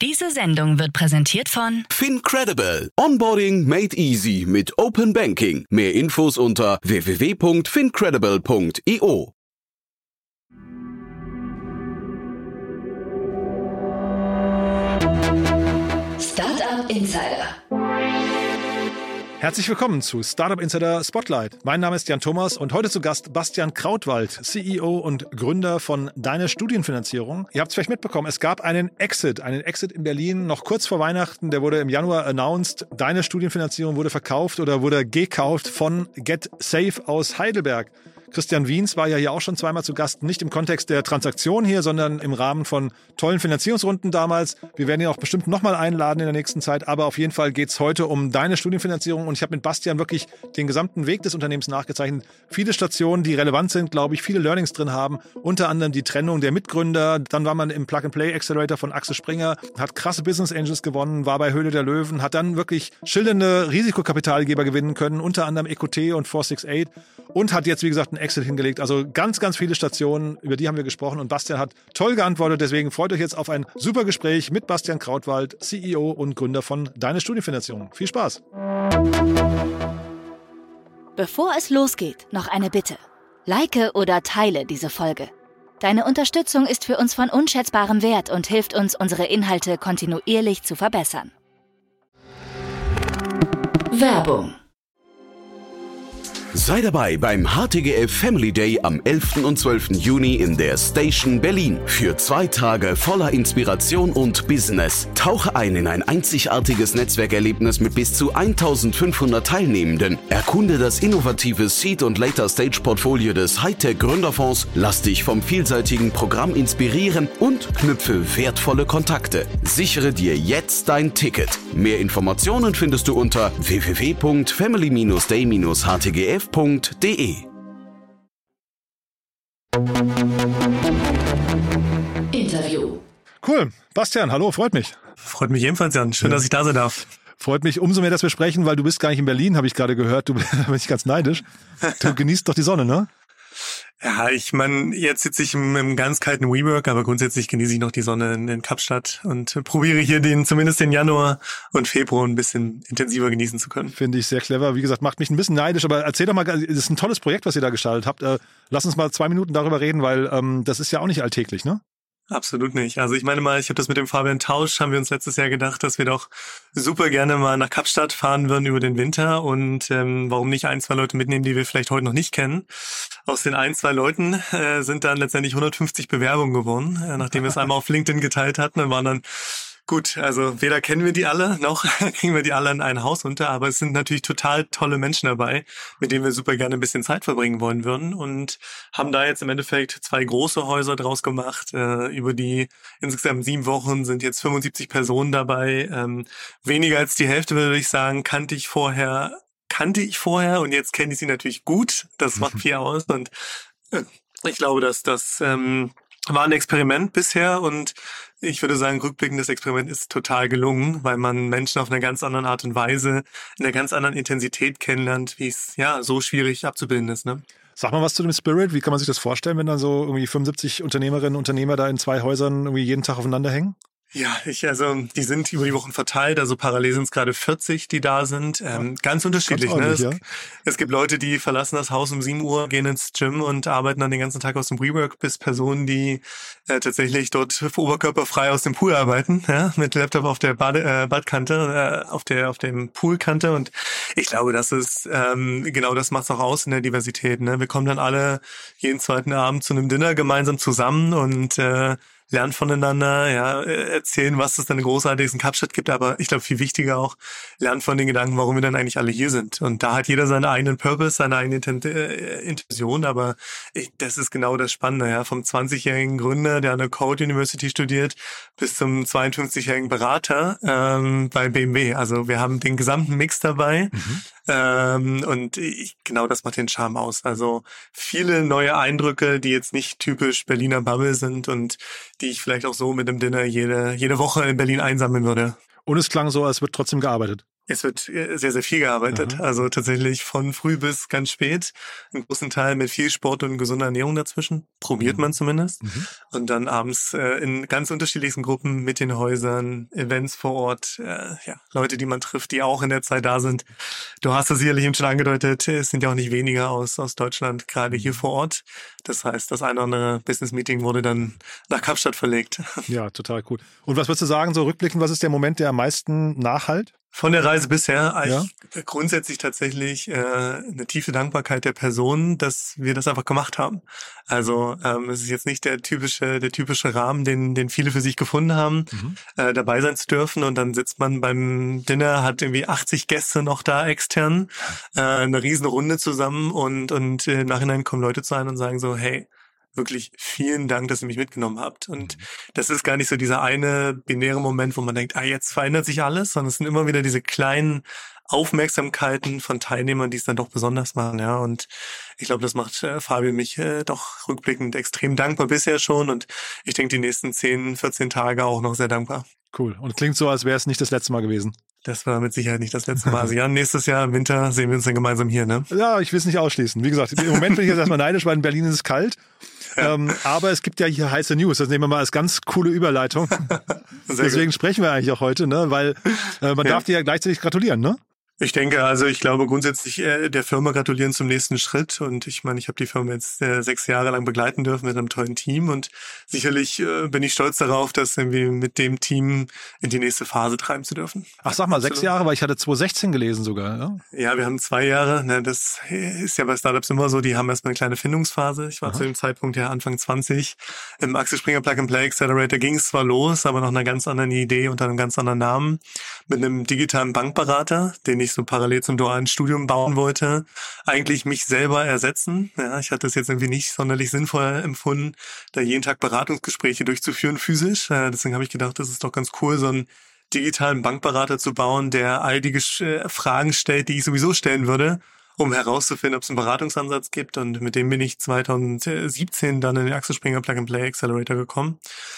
Diese Sendung wird präsentiert von FinCredible. Onboarding made easy mit Open Banking. Mehr Infos unter www.fincredible.io. Startup Insider. Herzlich willkommen zu Startup Insider Spotlight. Mein Name ist Jan Thomas und heute zu Gast Bastian Krautwald, CEO und Gründer von Deine Studienfinanzierung. Ihr habt es vielleicht mitbekommen, es gab einen Exit in Berlin, noch kurz vor Weihnachten, der wurde im Januar announced. Deine Studienfinanzierung wurde verkauft oder wurde gekauft von GetSafe aus Heidelberg. Christian Wiens war ja hier auch schon zweimal zu Gast, nicht im Kontext der Transaktion hier, sondern im Rahmen von tollen Finanzierungsrunden damals. Wir werden ihn auch bestimmt nochmal einladen in der nächsten Zeit, aber auf jeden Fall geht's heute um Deine Studienfinanzierung und ich habe mit Bastian wirklich den gesamten Weg des Unternehmens nachgezeichnet. Viele Stationen, die relevant sind, glaube ich, viele Learnings drin haben, unter anderem die Trennung der Mitgründer. Dann war man im Plug-and-Play Accelerator von Axel Springer, hat krasse Business Angels gewonnen, war bei Höhle der Löwen, hat dann wirklich schillernde Risikokapitalgeber gewinnen können, unter anderem EQT und 468 und hat jetzt, wie gesagt, einen Exit hingelegt. Also ganz, ganz viele Stationen, über die haben wir gesprochen und Bastian hat toll geantwortet. Deswegen freut euch jetzt auf ein super Gespräch mit Bastian Krautwald, CEO und Gründer von Deine Studienfinanzierung. Viel Spaß! Bevor es losgeht, noch eine Bitte. Like oder teile diese Folge. Deine Unterstützung ist für uns von unschätzbarem Wert und hilft uns, unsere Inhalte kontinuierlich zu verbessern. Werbung. Sei dabei beim HTGF Family Day am 11. und 12. Juni in der Station Berlin. Für 2 Tage voller Inspiration und Business. Tauche ein in ein einzigartiges Netzwerkerlebnis mit bis zu 1500 Teilnehmenden. Erkunde das innovative Seed- und Later-Stage-Portfolio des Hightech-Gründerfonds. Lass dich vom vielseitigen Programm inspirieren und knüpfe wertvolle Kontakte. Sichere dir jetzt dein Ticket. Mehr Informationen findest du unter www.family-day-htgf.de. Interview. Cool. Bastian, hallo, freut mich. Freut mich ebenfalls, Jan. Schön, dass ich da sein darf. Freut mich umso mehr, dass wir sprechen, weil du bist gar nicht in Berlin, habe ich gerade gehört. Da bin ich ganz neidisch. Du genießt doch die Sonne, ne? Ja, ich meine, jetzt sitze ich im ganz kalten WeWork, aber grundsätzlich genieße ich noch die Sonne in Kapstadt und probiere hier zumindest den Januar und Februar ein bisschen intensiver genießen zu können. Finde ich sehr clever. Wie gesagt, macht mich ein bisschen neidisch, aber erzähl doch mal, das ist ein tolles Projekt, was ihr da gestartet habt. Lass uns mal 2 Minuten darüber reden, weil das ist ja auch nicht alltäglich, ne? Absolut nicht. Also ich meine mal, ich habe das mit dem Fabian Tausch, haben wir uns letztes Jahr gedacht, dass wir doch super gerne mal nach Kapstadt fahren würden über den Winter und warum nicht 1, 2 Leute mitnehmen, die wir vielleicht heute noch nicht kennen. Aus den 1, 2 Leuten sind dann letztendlich 150 Bewerbungen geworden, nachdem wir es einmal auf LinkedIn geteilt hatten. Dann waren dann gut, also weder kennen wir die alle, noch kriegen wir die alle in ein Haus unter, aber es sind natürlich total tolle Menschen dabei, mit denen wir super gerne ein bisschen Zeit verbringen wollen würden und haben da jetzt im Endeffekt 2 große Häuser draus gemacht. Über die insgesamt 7 Wochen sind jetzt 75 Personen dabei. Weniger als die Hälfte, würde ich sagen, kannte ich vorher und jetzt kenne ich sie natürlich gut. Das macht viel aus und ich glaube, dass das war ein Experiment bisher und ich würde sagen, rückblickend, das Experiment ist total gelungen, weil man Menschen auf einer ganz anderen Art und Weise, in einer ganz anderen Intensität kennenlernt, wie es ja so schwierig abzubilden ist, ne? Sag mal was zu dem Spirit. Wie kann man sich das vorstellen, wenn dann so irgendwie 75 Unternehmerinnen und Unternehmer da in 2 Häusern irgendwie jeden Tag aufeinander hängen? Ja, die sind über die Wochen verteilt, also parallel sind es gerade 40, die da sind. Ganz unterschiedlich, ne? Es gibt Leute, die verlassen das Haus um 7 Uhr, gehen ins Gym und arbeiten dann den ganzen Tag aus dem WeWork, bis Personen, die tatsächlich dort oberkörperfrei aus dem Pool arbeiten, ja, mit Laptop auf der Badkante, auf dem Poolkante. Und ich glaube, das ist genau das macht's auch aus in der Diversität, ne? Wir kommen dann alle jeden zweiten Abend zu einem Dinner gemeinsam zusammen und lernen voneinander, ja, erzählen, was es denn Großartiges in Kapstadt gibt, aber ich glaube, viel wichtiger auch, lernen von den Gedanken, warum wir dann eigentlich alle hier sind. Und da hat jeder seinen eigenen Purpose, seine eigene Intention, aber das ist genau das Spannende, ja, vom 20-jährigen Gründer, der an der Code University studiert, bis zum 52-jährigen Berater bei BMW. Also wir haben den gesamten Mix dabei. Und genau das macht den Charme aus. Also viele neue Eindrücke, die jetzt nicht typisch Berliner Bubble sind und die ich vielleicht auch so mit dem Dinner jede Woche in Berlin einsammeln würde. Und es klang so, als wird trotzdem gearbeitet. Es wird sehr, sehr viel gearbeitet. Aha. Also tatsächlich von früh bis ganz spät. Einen großen Teil mit viel Sport und gesunder Ernährung dazwischen. Probiert man zumindest. Und dann abends in ganz unterschiedlichsten Gruppen mit den Häusern, Events vor Ort, Leute, die man trifft, die auch in der Zeit da sind. Du hast es sicherlich eben schon angedeutet, es sind ja auch nicht weniger aus Deutschland, gerade hier vor Ort. Das heißt, das eine oder andere Business-Meeting wurde dann nach Kapstadt verlegt. Ja, total cool. Und was würdest du sagen, so rückblickend, was ist der Moment, der am meisten nachhalt? Von der Reise bisher grundsätzlich tatsächlich eine tiefe Dankbarkeit der Person, dass wir das einfach gemacht haben. Also es ist jetzt nicht der typische Rahmen, den viele für sich gefunden haben, dabei sein zu dürfen. Und dann sitzt man beim Dinner, hat irgendwie 80 Gäste noch da extern, eine riesen Runde zusammen und im Nachhinein kommen Leute zu einem und sagen so, hey, wirklich vielen Dank, dass ihr mich mitgenommen habt. Und das ist gar nicht so dieser eine binäre Moment, wo man denkt, jetzt verändert sich alles, sondern es sind immer wieder diese kleinen Aufmerksamkeiten von Teilnehmern, die es dann doch besonders machen. Ja. Und ich glaube, das macht Fabi und mich doch rückblickend extrem dankbar bisher schon. Und ich denke, die nächsten 10, 14 Tage auch noch sehr dankbar. Cool. Und klingt so, als wäre es nicht das letzte Mal gewesen. Das war mit Sicherheit nicht das letzte Mal. Also nächstes Jahr im Winter sehen wir uns dann gemeinsam hier, ne? Ja, ich will es nicht ausschließen. Wie gesagt, im Moment bin ich jetzt erstmal neidisch, weil in Berlin ist es kalt. Ja. Aber es gibt ja hier heiße News. Das nehmen wir mal als ganz coole Überleitung. Deswegen sprechen wir eigentlich auch heute, ne? Weil man darf dir ja gleichzeitig gratulieren, ne? Ich glaube grundsätzlich der Firma gratulieren zum nächsten Schritt und ich meine, ich habe die Firma jetzt 6 Jahre lang begleiten dürfen mit einem tollen Team und sicherlich bin ich stolz darauf, das irgendwie mit dem Team in die nächste Phase treiben zu dürfen. Ach, sag mal, 6 Jahre, weil ich hatte 2016 gelesen sogar, ja? Ja, wir haben 2 Jahre, ne, das ist ja bei Startups immer so, die haben erstmal eine kleine Findungsphase. Ich war zu dem Zeitpunkt ja Anfang 20. Im Axel Springer Plug-and-Play Accelerator ging es zwar los, aber nach einer ganz anderen Idee unter einem ganz anderen Namen mit einem digitalen Bankberater, den ich so parallel zum dualen Studium bauen wollte, eigentlich mich selber ersetzen. Ja, ich hatte es jetzt irgendwie nicht sonderlich sinnvoll empfunden, da jeden Tag Beratungsgespräche durchzuführen physisch. Deswegen habe ich gedacht, das ist doch ganz cool, so einen digitalen Bankberater zu bauen, der all die Fragen stellt, die ich sowieso stellen würde, um herauszufinden, ob es einen Beratungsansatz gibt. Und mit dem bin ich 2017 dann in den Axel Springer Plug-and-Play Accelerator gekommen.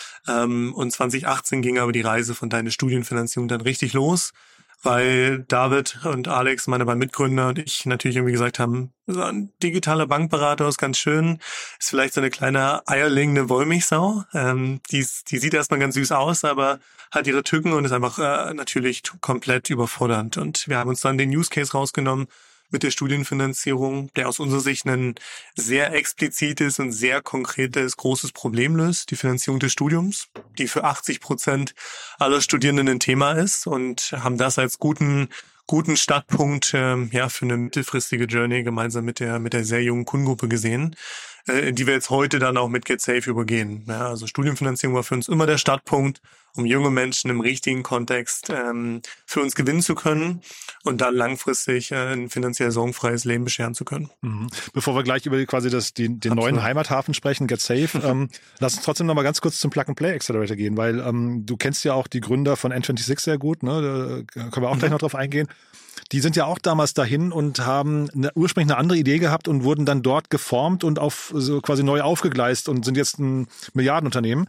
Und 2018 ging aber die Reise von Deine Studienfinanzierung dann richtig los, weil David und Alex, meine beiden Mitgründer und ich natürlich irgendwie gesagt haben, so ein digitaler Bankberater ist ganz schön, ist vielleicht so eine kleine eierlegende Wollmilchsau. Die sieht erstmal ganz süß aus, aber hat ihre Tücken und ist einfach natürlich komplett überfordernd. Und wir haben uns dann den Use Case rausgenommen mit der Studienfinanzierung, der aus unserer Sicht ein sehr explizites und sehr konkretes, großes Problem löst, die Finanzierung des Studiums, die für 80% aller Studierenden ein Thema ist und haben das als guten Startpunkt für eine mittelfristige Journey gemeinsam mit der sehr jungen Kundengruppe gesehen, die wir jetzt heute dann auch mit GetSafe übergehen. Ja, also Studienfinanzierung war für uns immer der Startpunkt, um junge Menschen im richtigen Kontext für uns gewinnen zu können und dann langfristig ein finanziell sorgenfreies Leben bescheren zu können. Bevor wir gleich über quasi den neuen Heimathafen sprechen, GetSafe, lass uns trotzdem noch mal ganz kurz zum Plug-and-Play Accelerator gehen, weil du kennst ja auch die Gründer von N26 sehr gut, ne? Da können wir auch gleich noch drauf eingehen. Die sind ja auch damals dahin und haben ursprünglich eine andere Idee gehabt und wurden dann dort geformt und auf so quasi neu aufgegleist und sind jetzt ein Milliardenunternehmen.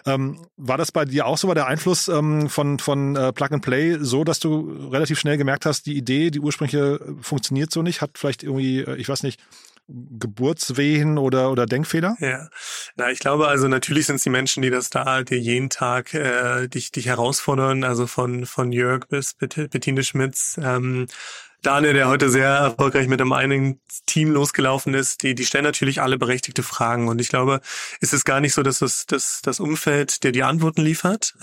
War das bei dir auch so? War der Einfluss von Plug-and-Play so, dass du relativ schnell gemerkt hast, die Idee, die ursprüngliche, funktioniert so nicht? Hat vielleicht irgendwie, ich weiß nicht, Geburtswehen oder Denkfehler? Ja, ich glaube, also natürlich sind es die Menschen, die jeden Tag dich herausfordern, also von Jörg bis Bettine Schmitz, Daniel, der heute sehr erfolgreich mit einem eigenen Team losgelaufen ist, die stellen natürlich alle berechtigte Fragen. Und ich glaube, es ist gar nicht so, dass das Umfeld dir die Antworten liefert.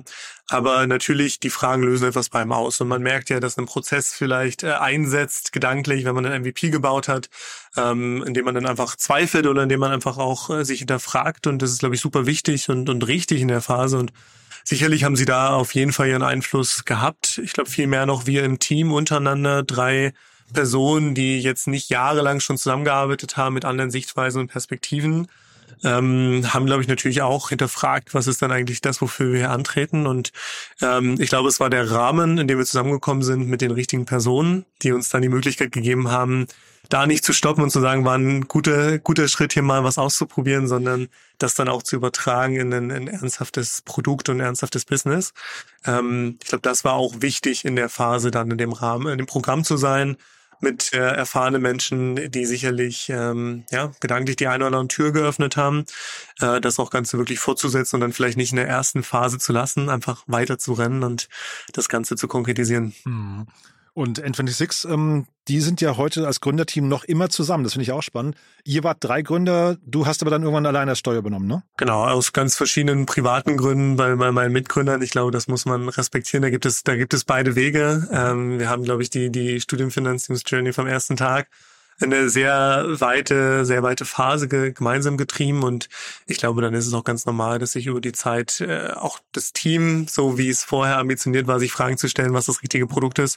Aber natürlich, die Fragen lösen etwas bei ihm aus. Und man merkt ja, dass ein Prozess vielleicht einsetzt, gedanklich, wenn man einen MVP gebaut hat, indem man dann einfach zweifelt oder indem man einfach auch sich hinterfragt. Und das ist, glaube ich, super wichtig und richtig in der Phase. Und sicherlich haben sie da auf jeden Fall ihren Einfluss gehabt. Ich glaube, viel mehr noch wir im Team untereinander, 3 Personen, die jetzt nicht jahrelang schon zusammengearbeitet haben mit anderen Sichtweisen und Perspektiven. haben, glaube ich, natürlich auch hinterfragt, was ist dann eigentlich das, wofür wir hier antreten. Und ich glaube, es war der Rahmen, in dem wir zusammengekommen sind mit den richtigen Personen, die uns dann die Möglichkeit gegeben haben, da nicht zu stoppen und zu sagen, war ein guter Schritt, hier mal was auszuprobieren, sondern das dann auch zu übertragen in ein ernsthaftes Produkt und ein ernsthaftes Business. Ich glaube, das war auch wichtig in der Phase, dann in dem Rahmen, in dem Programm zu sein, mit erfahrenen Menschen, die sicherlich gedanklich die eine oder andere Tür geöffnet haben, das auch Ganze wirklich fortzusetzen und dann vielleicht nicht in der ersten Phase zu lassen, einfach weiter zu rennen und das Ganze zu konkretisieren. Mhm. Und N26, die sind ja heute als Gründerteam noch immer zusammen. Das finde ich auch spannend. Ihr wart 3 Gründer, du hast aber dann irgendwann alleine das Steuer übernommen, ne? Genau, aus ganz verschiedenen privaten Gründen bei meinen Mitgründern. Ich glaube, das muss man respektieren. Da gibt es beide Wege. Wir haben, glaube ich, die Studienfinanzierungsjourney vom ersten Tag eine sehr weite Phase gemeinsam getrieben und ich glaube, dann ist es auch ganz normal, dass sich über die Zeit auch das Team, so wie es vorher ambitioniert war, sich Fragen zu stellen, was das richtige Produkt ist,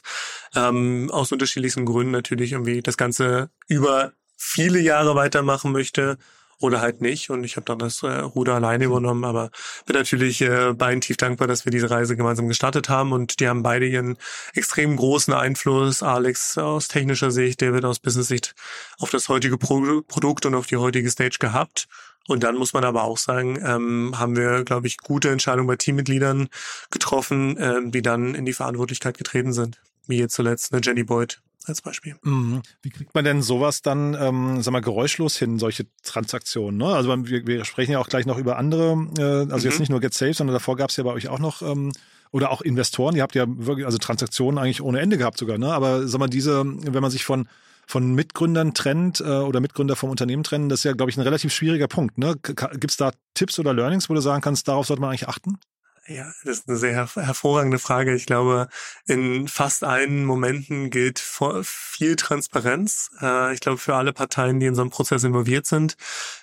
aus unterschiedlichsten Gründen natürlich irgendwie das Ganze über viele Jahre weitermachen möchte oder halt nicht. Und ich habe dann das Ruder alleine übernommen, aber bin natürlich beiden tief dankbar, dass wir diese Reise gemeinsam gestartet haben. Und die haben beide ihren extrem großen Einfluss. Alex aus technischer Sicht, David aus Business-Sicht auf das heutige Produkt und auf die heutige Stage gehabt. Und dann muss man aber auch sagen, haben wir, glaube ich, gute Entscheidungen bei Teammitgliedern getroffen, die dann in die Verantwortlichkeit getreten sind. Wie jetzt zuletzt eine Jenny Boyd als Beispiel. Wie kriegt man denn sowas dann, geräuschlos hin, solche Transaktionen? Ne? Also wir sprechen ja auch gleich noch über andere, jetzt nicht nur GetSafe, sondern davor gab es ja bei euch auch noch, oder auch Investoren, ihr habt ja wirklich, also Transaktionen eigentlich ohne Ende gehabt sogar, ne? Aber wenn man sich von Mitgründern trennt oder Mitgründer vom Unternehmen trennen, das ist ja, glaube ich, ein relativ schwieriger Punkt. Ne? Gibt es da Tipps oder Learnings, wo du sagen kannst, darauf sollte man eigentlich achten? Ja, das ist eine sehr hervorragende Frage. Ich glaube, in fast allen Momenten gilt viel Transparenz. Ich glaube, für alle Parteien, die in so einem Prozess involviert sind,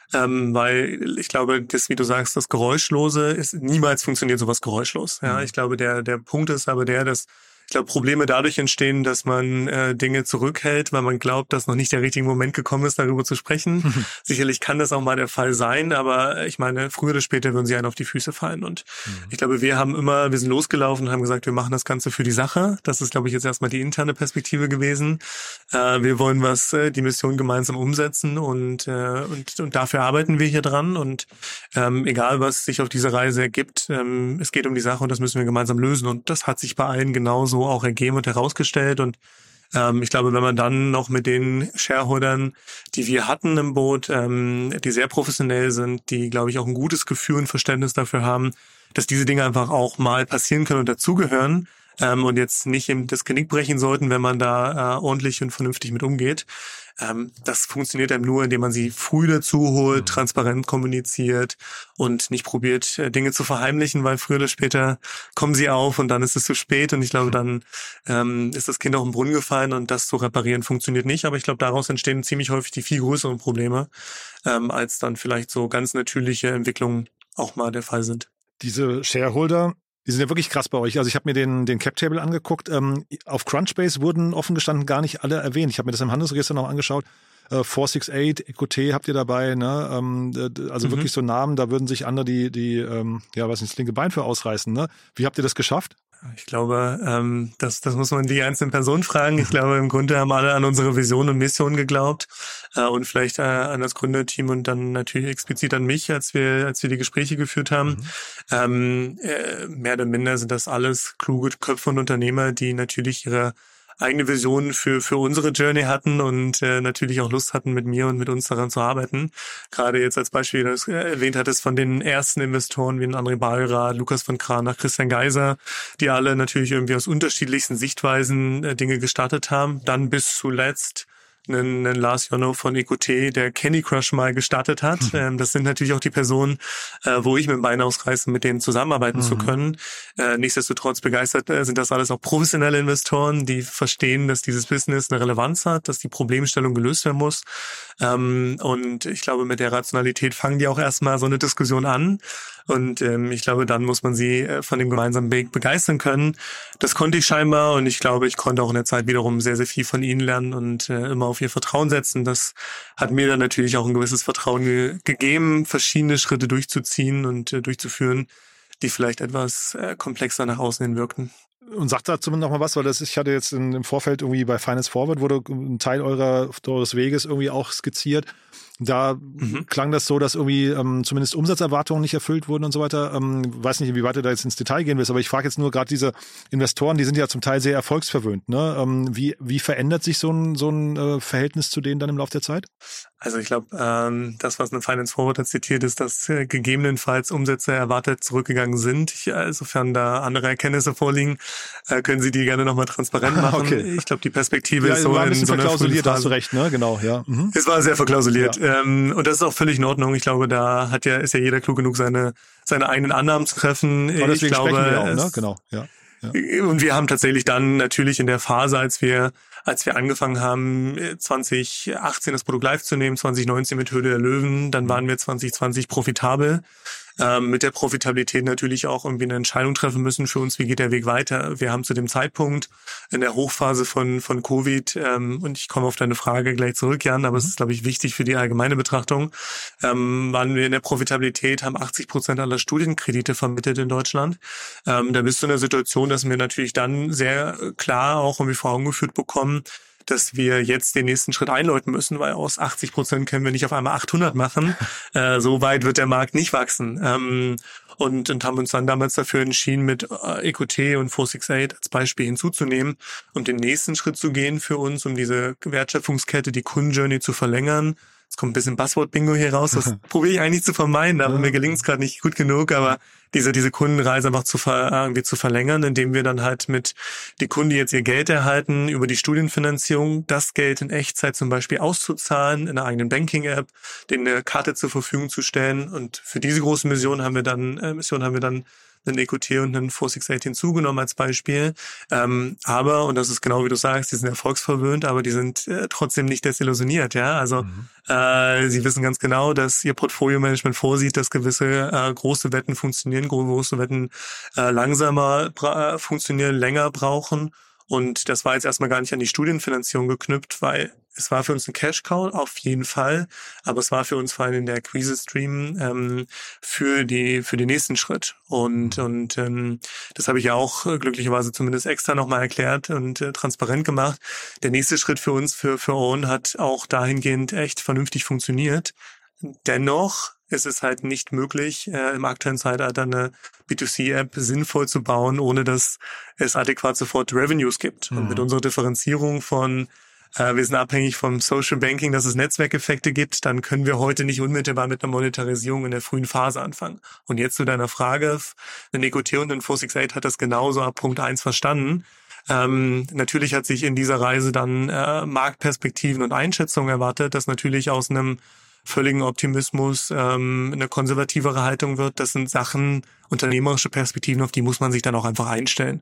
weil ich glaube, das, wie du sagst, das Geräuschlose ist, niemals funktioniert sowas geräuschlos. Ja, ich glaube, der Punkt ist aber dass ich glaube, Probleme dadurch entstehen, dass man Dinge zurückhält, weil man glaubt, dass noch nicht der richtige Moment gekommen ist, darüber zu sprechen. Sicherlich kann das auch mal der Fall sein, aber ich meine, früher oder später würden sie einen auf die Füße fallen. Und ich glaube, wir sind losgelaufen und haben gesagt, wir machen das Ganze für die Sache. Das ist, glaube ich, jetzt erstmal die interne Perspektive gewesen. Wir wollen die Mission gemeinsam umsetzen und dafür arbeiten wir hier dran. Und egal, was sich auf dieser Reise ergibt, es geht um die Sache und das müssen wir gemeinsam lösen. Und das hat sich bei allen genauso auch ergeben und herausgestellt. Und ich glaube, wenn man dann noch mit den Shareholdern, die wir hatten im Boot, die sehr professionell sind, die, glaube ich, auch ein gutes Gefühl und Verständnis dafür haben, dass diese Dinge einfach auch mal passieren können und dazugehören, und jetzt nicht das Genick brechen sollten, wenn man da ordentlich und vernünftig mit umgeht. Das funktioniert dann nur, indem man sie früh dazu holt, transparent kommuniziert und nicht probiert, Dinge zu verheimlichen, weil früher oder später kommen sie auf und dann ist es zu spät und ich glaube, dann ist das Kind auch im Brunnen gefallen und das zu reparieren funktioniert nicht. Aber ich glaube, daraus entstehen ziemlich häufig die viel größeren Probleme, als dann vielleicht so ganz natürliche Entwicklungen auch mal der Fall sind. Diese Shareholder, die sind ja wirklich krass bei euch. Also ich habe mir den Cap-Table angeguckt. Auf Crunchbase wurden offen gestanden gar nicht alle erwähnt. Ich habe mir das im Handelsregister noch angeschaut. 468, Ecoute habt ihr dabei, ne? Also wirklich so Namen, da würden sich andere das linke Bein für ausreißen, ne? Wie habt ihr das geschafft? Ich glaube, das muss man die einzelnen Personen fragen. Ich glaube, im Grunde haben alle an unsere Vision und Mission geglaubt und vielleicht an das Gründerteam und dann natürlich explizit an mich, als wir die Gespräche geführt haben. Mehr oder minder sind das alles kluge Köpfe und Unternehmer, die natürlich ihre eigene Vision für unsere Journey hatten und natürlich auch Lust hatten, mit mir und mit uns daran zu arbeiten. Gerade jetzt als Beispiel, das erwähnt hattest, von den ersten Investoren wie André Balrath, Lukas von Kranach, Christian Geiser, die alle natürlich irgendwie aus unterschiedlichsten Sichtweisen Dinge gestartet haben. Dann bis zuletzt einen Lars Jonno von Ecoute, der Candy Crush mal gestartet hat. Das sind natürlich auch die Personen, wo ich mit dem Bein ausreiße, mit denen zusammenarbeiten zu können. Nichtsdestotrotz begeistert sind das alles auch professionelle Investoren, die verstehen, dass dieses Business eine Relevanz hat, dass die Problemstellung gelöst werden muss. Und ich glaube, mit der Rationalität fangen die auch erstmal so eine Diskussion an. Und ich glaube, dann muss man sie von dem gemeinsamen Weg begeistern können. Das konnte ich scheinbar und ich glaube, ich konnte auch in der Zeit wiederum sehr, sehr viel von ihnen lernen und immer auf ihr Vertrauen setzen. Das hat mir dann natürlich auch ein gewisses Vertrauen gegeben, verschiedene Schritte durchzuziehen und durchzuführen, die vielleicht etwas komplexer nach außen hin wirkten. Und sagt dazu noch mal was, weil ich hatte jetzt im Vorfeld irgendwie bei Finance Forward wurde ein Teil eures Weges irgendwie auch skizziert. Da klang das so, dass irgendwie zumindest Umsatzerwartungen nicht erfüllt wurden und so weiter. Weiß nicht, wie weit du da jetzt ins Detail gehen willst, aber ich frage jetzt nur gerade diese Investoren, die sind ja zum Teil sehr erfolgsverwöhnt. Ne? Wie verändert sich so ein Verhältnis zu denen dann im Laufe der Zeit? Also ich glaube, das, was eine Finance Forward zitiert, ist, dass gegebenenfalls Umsätze erwartet zurückgegangen sind. Sofern da andere Erkenntnisse vorliegen, können Sie die gerne nochmal transparent machen. Okay. Ich glaube, die Perspektive ist so war ein bisschen in so verklausuliert, hast du recht, ne? Genau, ja. Es war sehr verklausuliert. Ja. Und das ist auch völlig in Ordnung. Ich glaube, da ist ja jeder klug genug, seine eigenen Annahmen zu treffen. Aber deswegen sprechen wir auch, ne? Genau, ja. Und wir haben tatsächlich dann natürlich in der Phase, als wir angefangen haben, 2018 das Produkt live zu nehmen, 2019 mit Höhle der Löwen, dann waren wir 2020 profitabel. Mit der Profitabilität natürlich auch irgendwie eine Entscheidung treffen müssen für uns, wie geht der Weg weiter. Wir haben zu dem Zeitpunkt in der Hochphase von Covid, und ich komme auf deine Frage gleich zurück, Jan, aber es ist, glaube ich, wichtig für die allgemeine Betrachtung, waren wir in der Profitabilität, haben 80% aller Studienkredite vermittelt in Deutschland. Da bist du in der Situation, dass wir natürlich dann sehr klar auch irgendwie vor Augen geführt bekommen, dass wir jetzt den nächsten Schritt einläuten müssen, weil aus 80% können wir nicht auf einmal 800 machen. So weit wird der Markt nicht wachsen. Und haben uns dann damals dafür entschieden, mit EQT und 468 als Beispiel hinzuzunehmen und den nächsten Schritt zu gehen für uns, um diese Wertschöpfungskette, die Kundenjourney zu verlängern. Es kommt ein bisschen Buzzword-Bingo hier raus, das probiere ich eigentlich zu vermeiden, aber mir gelingt es gerade nicht gut genug, aber diese Kundenreise einfach zu verlängern, indem wir dann halt mit die Kunden, die jetzt ihr Geld erhalten, über die Studienfinanzierung, das Geld in Echtzeit zum Beispiel auszuzahlen, in einer eigenen Banking-App, denen eine Karte zur Verfügung zu stellen. Und für diese große Mission haben wir dann einen EQT und einen 468 hinzugenommen als Beispiel. Aber, und das ist genau wie du sagst, die sind erfolgsverwöhnt, aber die sind trotzdem nicht desillusioniert, ja. Also sie wissen ganz genau, dass ihr Portfolio-Management vorsieht, dass gewisse große Wetten funktionieren, große Wetten langsamer funktionieren, länger brauchen. Und das war jetzt erstmal gar nicht an die Studienfinanzierung geknüpft, weil es war für uns ein Cash-Cow, auf jeden Fall, aber es war für uns vor allem in der Akquise-Stream für den nächsten Schritt. Und das habe ich ja auch glücklicherweise zumindest extra nochmal erklärt und transparent gemacht. Der nächste Schritt für uns, für Own, hat auch dahingehend echt vernünftig funktioniert. Dennoch ist es halt nicht möglich, im aktuellen Zeitalter eine B2C-App sinnvoll zu bauen, ohne dass es adäquat sofort Revenues gibt. Und mit unserer Differenzierung von wir sind abhängig vom Social Banking, dass es Netzwerkeffekte gibt, dann können wir heute nicht unmittelbar mit einer Monetarisierung in der frühen Phase anfangen. Und jetzt zu deiner Frage, ein EQT und ein 468 hat das genauso ab Punkt 1 verstanden. Natürlich hat sich in dieser Reise dann Marktperspektiven und Einschätzungen erwartet, dass natürlich aus einem völligen Optimismus eine konservativere Haltung wird. Das sind Sachen, unternehmerische Perspektiven, auf die muss man sich dann auch einfach einstellen.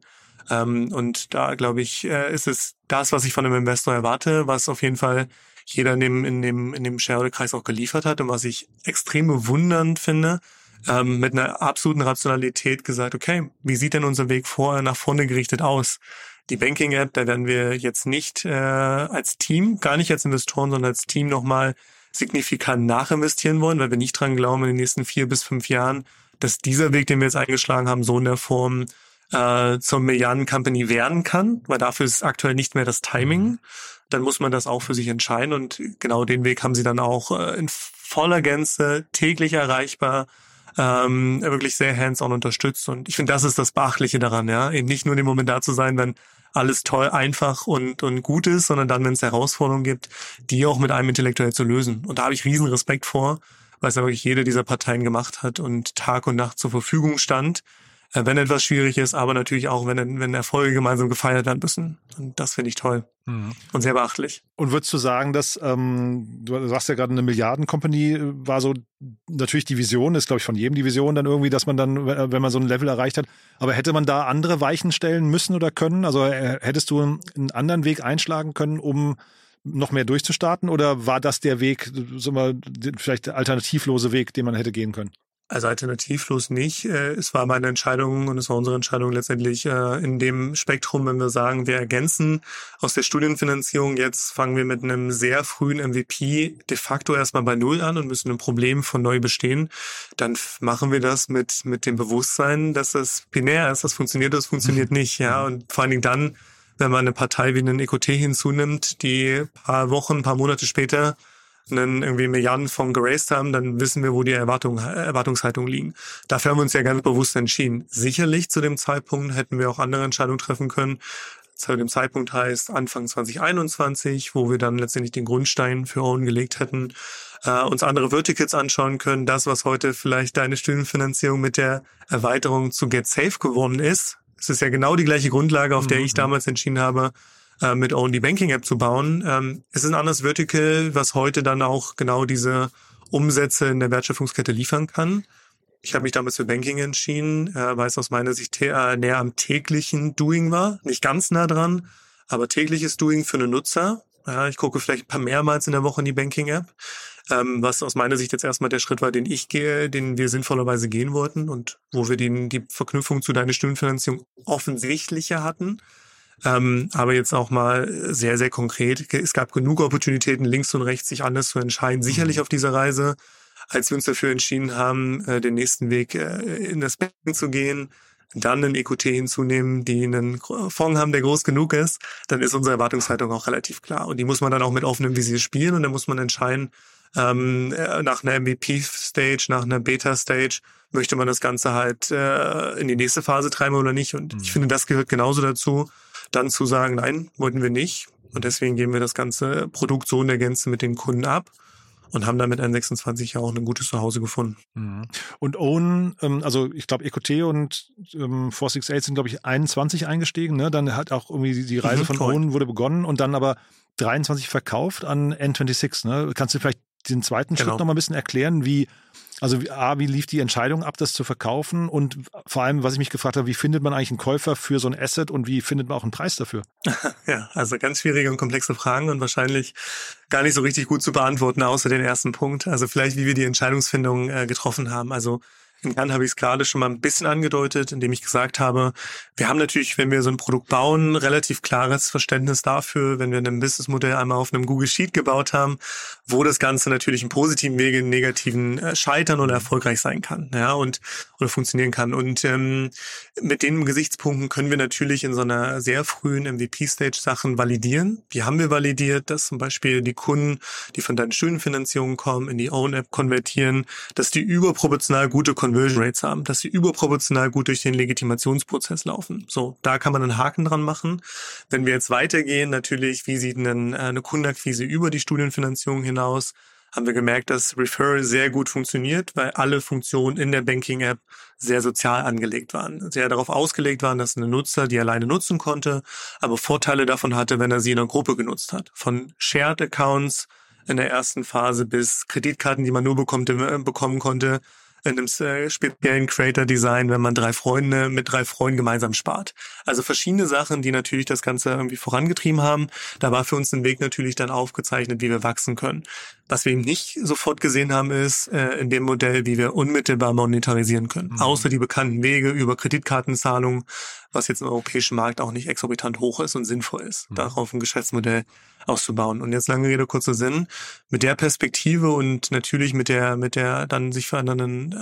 Und da, glaube ich, ist es das, was ich von einem Investor erwarte, was auf jeden Fall jeder in dem Shareholder-Kreis auch geliefert hat und was ich extrem bewundernd finde, mit einer absoluten Rationalität gesagt, okay, wie sieht denn unser Weg nach vorne gerichtet aus? Die Banking-App, da werden wir jetzt nicht als Team, gar nicht als Investoren, sondern als Team nochmal signifikant nachinvestieren wollen, weil wir nicht dran glauben, in den nächsten 4 bis 5 Jahren, dass dieser Weg, den wir jetzt eingeschlagen haben, so in der Form zur Milliarden-Company werden kann, weil dafür ist aktuell nicht mehr das Timing. Dann muss man das auch für sich entscheiden und genau den Weg haben sie dann auch in voller Gänze täglich erreichbar, wirklich sehr hands-on unterstützt und ich finde, das ist das Beachtliche daran, ja, eben nicht nur in dem Moment da zu sein, wenn alles toll, einfach und gut ist, sondern dann, wenn es Herausforderungen gibt, die auch mit einem intellektuell zu lösen. Und da habe ich riesen Respekt vor, weil es ja wirklich jede dieser Parteien gemacht hat und Tag und Nacht zur Verfügung stand, wenn etwas schwierig ist, aber natürlich auch, wenn Erfolge gemeinsam gefeiert werden müssen. Und das finde ich toll und sehr beachtlich. Und würdest du sagen, dass, du sagst ja gerade, eine Milliarden-Company war so natürlich die Vision, ist glaube ich von jedem die Vision dann irgendwie, dass man dann, wenn man so ein Level erreicht hat, aber hätte man da andere Weichen stellen müssen oder können? Also hättest du einen anderen Weg einschlagen können, um noch mehr durchzustarten oder war das der Weg, vielleicht der alternativlose Weg, den man hätte gehen können? Also alternativlos nicht. Es war meine Entscheidung und es war unsere Entscheidung letztendlich in dem Spektrum, wenn wir sagen, wir ergänzen aus der Studienfinanzierung. Jetzt fangen wir mit einem sehr frühen MVP de facto erstmal bei Null an und müssen ein Problem von neu bestehen. Dann machen wir das mit dem Bewusstsein, dass das binär ist. Das funktioniert nicht. Ja, und vor allen Dingen dann, wenn man eine Partei wie einen EQT hinzunimmt, die paar Wochen, paar Monate später einen irgendwie Milliardenfonds geraced haben, dann wissen wir, wo die Erwartungshaltungen liegen. Dafür haben wir uns ja ganz bewusst entschieden. Sicherlich zu dem Zeitpunkt hätten wir auch andere Entscheidungen treffen können. Zu dem Zeitpunkt heißt Anfang 2021, wo wir dann letztendlich den Grundstein für Own gelegt hätten, uns andere Verticals anschauen können. Das, was heute vielleicht deine Studienfinanzierung mit der Erweiterung zu Get Safe geworden ist. Es ist ja genau die gleiche Grundlage, auf der ich damals entschieden habe, mit Own die Banking-App zu bauen. Es ist ein anderes Vertical, was heute dann auch genau diese Umsätze in der Wertschöpfungskette liefern kann. Ich habe mich damals für Banking entschieden, weil es aus meiner Sicht näher am täglichen Doing war. Nicht ganz nah dran, aber tägliches Doing für einen Nutzer. Ja, ich gucke vielleicht ein paar mehrmals in der Woche in die Banking-App, was aus meiner Sicht jetzt erstmal der Schritt war, den wir sinnvollerweise gehen wollten und wo wir die Verknüpfung zu deiner Studienfinanzierung offensichtlicher hatten. Aber jetzt auch mal sehr, sehr konkret. Es gab genug Opportunitäten, links und rechts sich anders zu entscheiden. Sicherlich auf dieser Reise, als wir uns dafür entschieden haben, den nächsten Weg in das Banking zu gehen, dann einen EQT hinzunehmen, die einen Fonds haben, der groß genug ist, dann ist unsere Erwartungshaltung auch relativ klar. Und die muss man dann auch mit offenem Visier spielen und dann muss man entscheiden, nach einer MVP-Stage, nach einer Beta-Stage, möchte man das Ganze halt in die nächste Phase treiben oder nicht. Und ich finde, das gehört genauso dazu, dann zu sagen, nein, wollten wir nicht. Und deswegen geben wir das ganze Produkt so in der Gänze mit den Kunden ab und haben damit N26 ja auch ein gutes Zuhause gefunden. Und Own, also ich glaube EQT und 468 sind, glaube ich, 21 eingestiegen. Ne? Dann hat auch irgendwie die Reise von Own wurde begonnen und dann aber 23 verkauft an N26. Ne? Kannst du vielleicht den zweiten Schritt noch mal ein bisschen erklären, wie lief die Entscheidung ab, das zu verkaufen und vor allem, was ich mich gefragt habe, wie findet man eigentlich einen Käufer für so ein Asset und wie findet man auch einen Preis dafür? Ja, also ganz schwierige und komplexe Fragen und wahrscheinlich gar nicht so richtig gut zu beantworten, außer den ersten Punkt. Also vielleicht, wie wir die Entscheidungsfindung getroffen haben. Also im Kern habe ich es gerade schon mal ein bisschen angedeutet, indem ich gesagt habe, wir haben natürlich, wenn wir so ein Produkt bauen, relativ klares Verständnis dafür, wenn wir ein Businessmodell einmal auf einem Google Sheet gebaut haben, wo das Ganze natürlich im positiven Wege, im negativen scheitern oder erfolgreich sein kann, ja, oder funktionieren kann. Und mit den Gesichtspunkten können wir natürlich in so einer sehr frühen MVP-Stage Sachen validieren. Die haben wir validiert, dass zum Beispiel die Kunden, die von deinen Studienfinanzierungen kommen, in die Own-App konvertieren, dass die überproportional gute Conversion Rates haben, dass sie überproportional gut durch den Legitimationsprozess laufen. So, da kann man einen Haken dran machen. Wenn wir jetzt weitergehen, natürlich, wie sieht eine Kundenakquise über die Studienfinanzierung hinaus, haben wir gemerkt, dass Referral sehr gut funktioniert, weil alle Funktionen in der Banking-App sehr sozial angelegt waren, sehr darauf ausgelegt waren, dass ein Nutzer die alleine nutzen konnte, aber Vorteile davon hatte, wenn er sie in einer Gruppe genutzt hat. Von Shared Accounts in der ersten Phase bis Kreditkarten, die man nur bekommen konnte, in einem speziellen Creator-Design, wenn man mit 3 Freunden gemeinsam spart. Also verschiedene Sachen, die natürlich das Ganze irgendwie vorangetrieben haben. Da war für uns ein Weg natürlich dann aufgezeichnet, wie wir wachsen können. Was wir eben nicht sofort gesehen haben, ist in dem Modell, wie wir unmittelbar monetarisieren können. Außer die bekannten Wege über Kreditkartenzahlungen, was jetzt im europäischen Markt auch nicht exorbitant hoch ist und sinnvoll ist, darauf ein Geschäftsmodell auszubauen. Und jetzt lange Rede, kurzer Sinn. Mit der Perspektive und natürlich mit der dann sich verändernden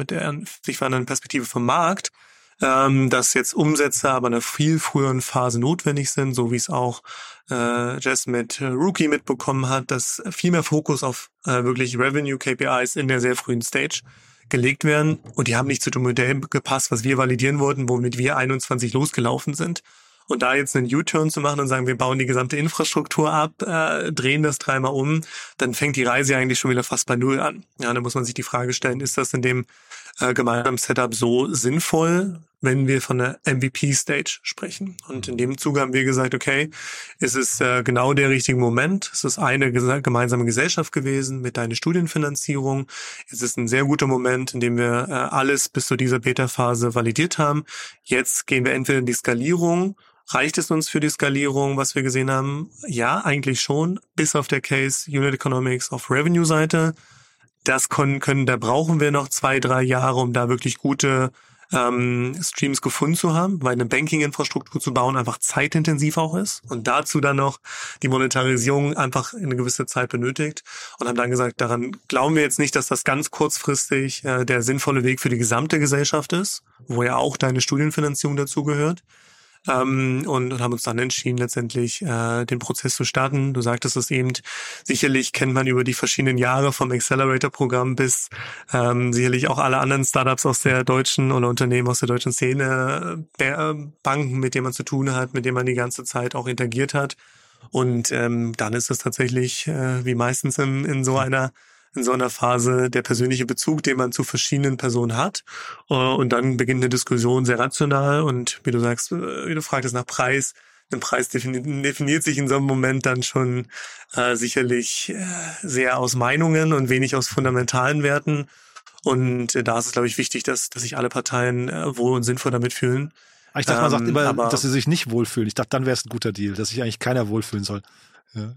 Perspektive vom Markt, dass jetzt Umsätze aber in einer viel früheren Phase notwendig sind, so wie es auch Jess mit Rookie mitbekommen hat, dass viel mehr Fokus auf wirklich Revenue KPIs in der sehr frühen Stage gelegt werden und die haben nicht zu dem Modell gepasst, was wir validieren wollten, womit wir 21 losgelaufen sind. Und da jetzt einen U-Turn zu machen und sagen, wir bauen die gesamte Infrastruktur ab, drehen das 3-mal um, dann fängt die Reise eigentlich schon wieder fast bei Null an. Ja, da muss man sich die Frage stellen, ist das in dem gemeinsamen Setup so sinnvoll, wenn wir von der MVP-Stage sprechen? Und in dem Zuge haben wir gesagt, okay, es ist genau der richtige Moment. Es ist eine gemeinsame Gesellschaft gewesen mit deiner Studienfinanzierung. Es ist ein sehr guter Moment, in dem wir alles bis zu dieser Beta-Phase validiert haben. Jetzt gehen wir entweder in die Skalierung. Reicht es uns für die Skalierung, was wir gesehen haben? Ja, eigentlich schon, bis auf der Case Unit Economics auf Revenue-Seite. da brauchen wir noch 2-3 Jahre, um da wirklich gute Streams gefunden zu haben, weil eine Banking-Infrastruktur zu bauen einfach zeitintensiv auch ist und dazu dann noch die Monetarisierung einfach eine gewisse Zeit benötigt und haben dann gesagt, daran glauben wir jetzt nicht, dass das ganz kurzfristig der sinnvolle Weg für die gesamte Gesellschaft ist, wo ja auch deine Studienfinanzierung dazugehört. Und haben uns dann entschieden, letztendlich den Prozess zu starten. Du sagtest es eben, sicherlich kennt man über die verschiedenen Jahre vom Accelerator-Programm bis sicherlich auch alle anderen Startups aus der deutschen oder Unternehmen aus der deutschen Szene, Banken, mit denen man zu tun hat, mit denen man die ganze Zeit auch interagiert hat. Und dann ist es tatsächlich, wie meistens in so einer Phase der persönliche Bezug, den man zu verschiedenen Personen hat. Und dann beginnt eine Diskussion sehr rational und wie du sagst, wie du fragtest nach Preis, ein Preis definiert sich in so einem Moment dann schon sicherlich sehr aus Meinungen und wenig aus fundamentalen Werten. Und da ist es, glaube ich, wichtig, dass sich alle Parteien wohl und sinnvoll damit fühlen. Ich dachte, man sagt immer, dass sie sich nicht wohlfühlen. Ich dachte, dann wäre es ein guter Deal, dass sich eigentlich keiner wohlfühlen soll. Ja.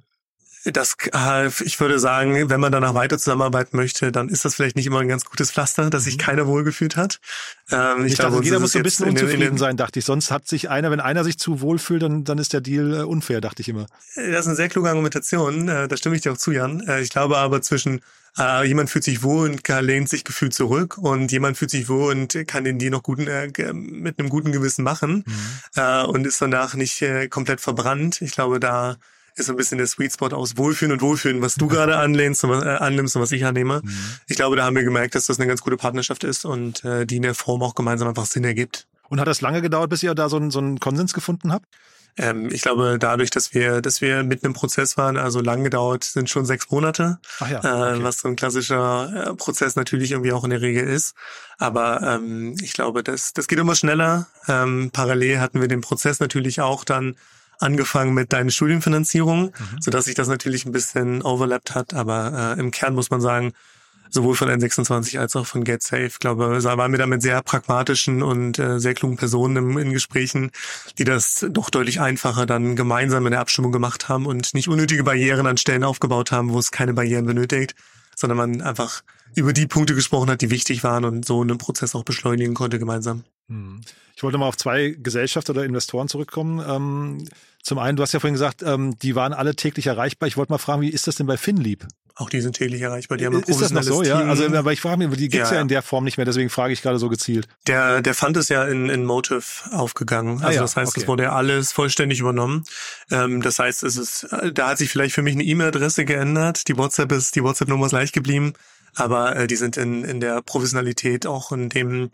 Ich würde sagen, wenn man danach weiter zusammenarbeiten möchte, dann ist das vielleicht nicht immer ein ganz gutes Pflaster, dass sich keiner wohlgefühlt hat. Ich glaube, jeder muss so ein bisschen unzufrieden sein, dachte ich. Sonst hat sich wenn einer sich zu wohl fühlt, dann ist der Deal unfair, dachte ich immer. Das ist eine sehr kluge Argumentation, da stimme ich dir auch zu, Jan. Ich glaube aber zwischen jemand fühlt sich wohl und lehnt sich gefühlt zurück und jemand fühlt sich wohl und kann den Deal noch mit einem guten Gewissen machen und ist danach nicht komplett verbrannt. Ich glaube, da ist so ein bisschen der Sweet Spot aus Wohlfühlen und Wohlfühlen, was du gerade annimmst und was ich annehme. Ich glaube, da haben wir gemerkt, dass das eine ganz gute Partnerschaft ist und die in der Form auch gemeinsam einfach Sinn ergibt. Und hat das lange gedauert, bis ihr da so einen Konsens gefunden habt? Ich glaube, dadurch, dass wir mitten im Prozess waren, also lang gedauert, sind schon 6 Monate, Ach ja, okay. Was so ein klassischer Prozess natürlich irgendwie auch in der Regel ist. Aber ich glaube, das geht immer schneller. Parallel hatten wir den Prozess natürlich auch dann angefangen mit deiner Studienfinanzierung, sodass sich das natürlich ein bisschen overlappt hat. Aber im Kern muss man sagen, sowohl von N26 als auch von GetSafe, ich glaube, waren wir da mit sehr pragmatischen und sehr klugen Personen in Gesprächen, die das doch deutlich einfacher dann gemeinsam in der Abstimmung gemacht haben und nicht unnötige Barrieren an Stellen aufgebaut haben, wo es keine Barrieren benötigt, sondern man einfach über die Punkte gesprochen hat, die wichtig waren und so einen Prozess auch beschleunigen konnte gemeinsam. Ich wollte mal auf 2 Gesellschafter oder Investoren zurückkommen. Zum einen, du hast ja vorhin gesagt, die waren alle täglich erreichbar. Ich wollte mal fragen, wie ist das denn bei Finlieb? Auch die sind täglich erreichbar. Die haben ein professionelles Team. Ist das noch so, ja? Also, aber ich frage mich, die gibt's ja in der Form nicht mehr, deswegen frage ich gerade so gezielt. Der Fund ist ja in Motive aufgegangen. Also das heißt, es wurde ja alles vollständig übernommen. Das heißt, da hat sich vielleicht für mich eine E-Mail-Adresse geändert. Die WhatsApp-Nummer ist gleich geblieben. Aber die sind in der Professionalität auch in dem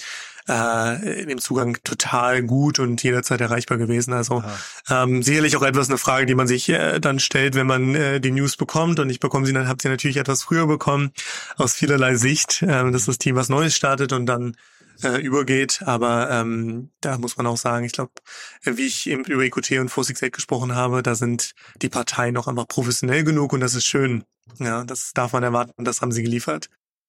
Zugang total gut und jederzeit erreichbar gewesen. Also sicherlich auch eine Frage, die man sich dann stellt, wenn man die News bekommt. Und habt sie natürlich etwas früher bekommen, aus vielerlei Sicht, dass das Team was Neues startet und dann übergeht. Aber da muss man auch sagen, ich glaube, wie ich eben über EQT und 468 gesprochen habe, da sind die Parteien auch einfach professionell genug und das ist schön. Ja, das darf man erwarten und das haben sie geliefert.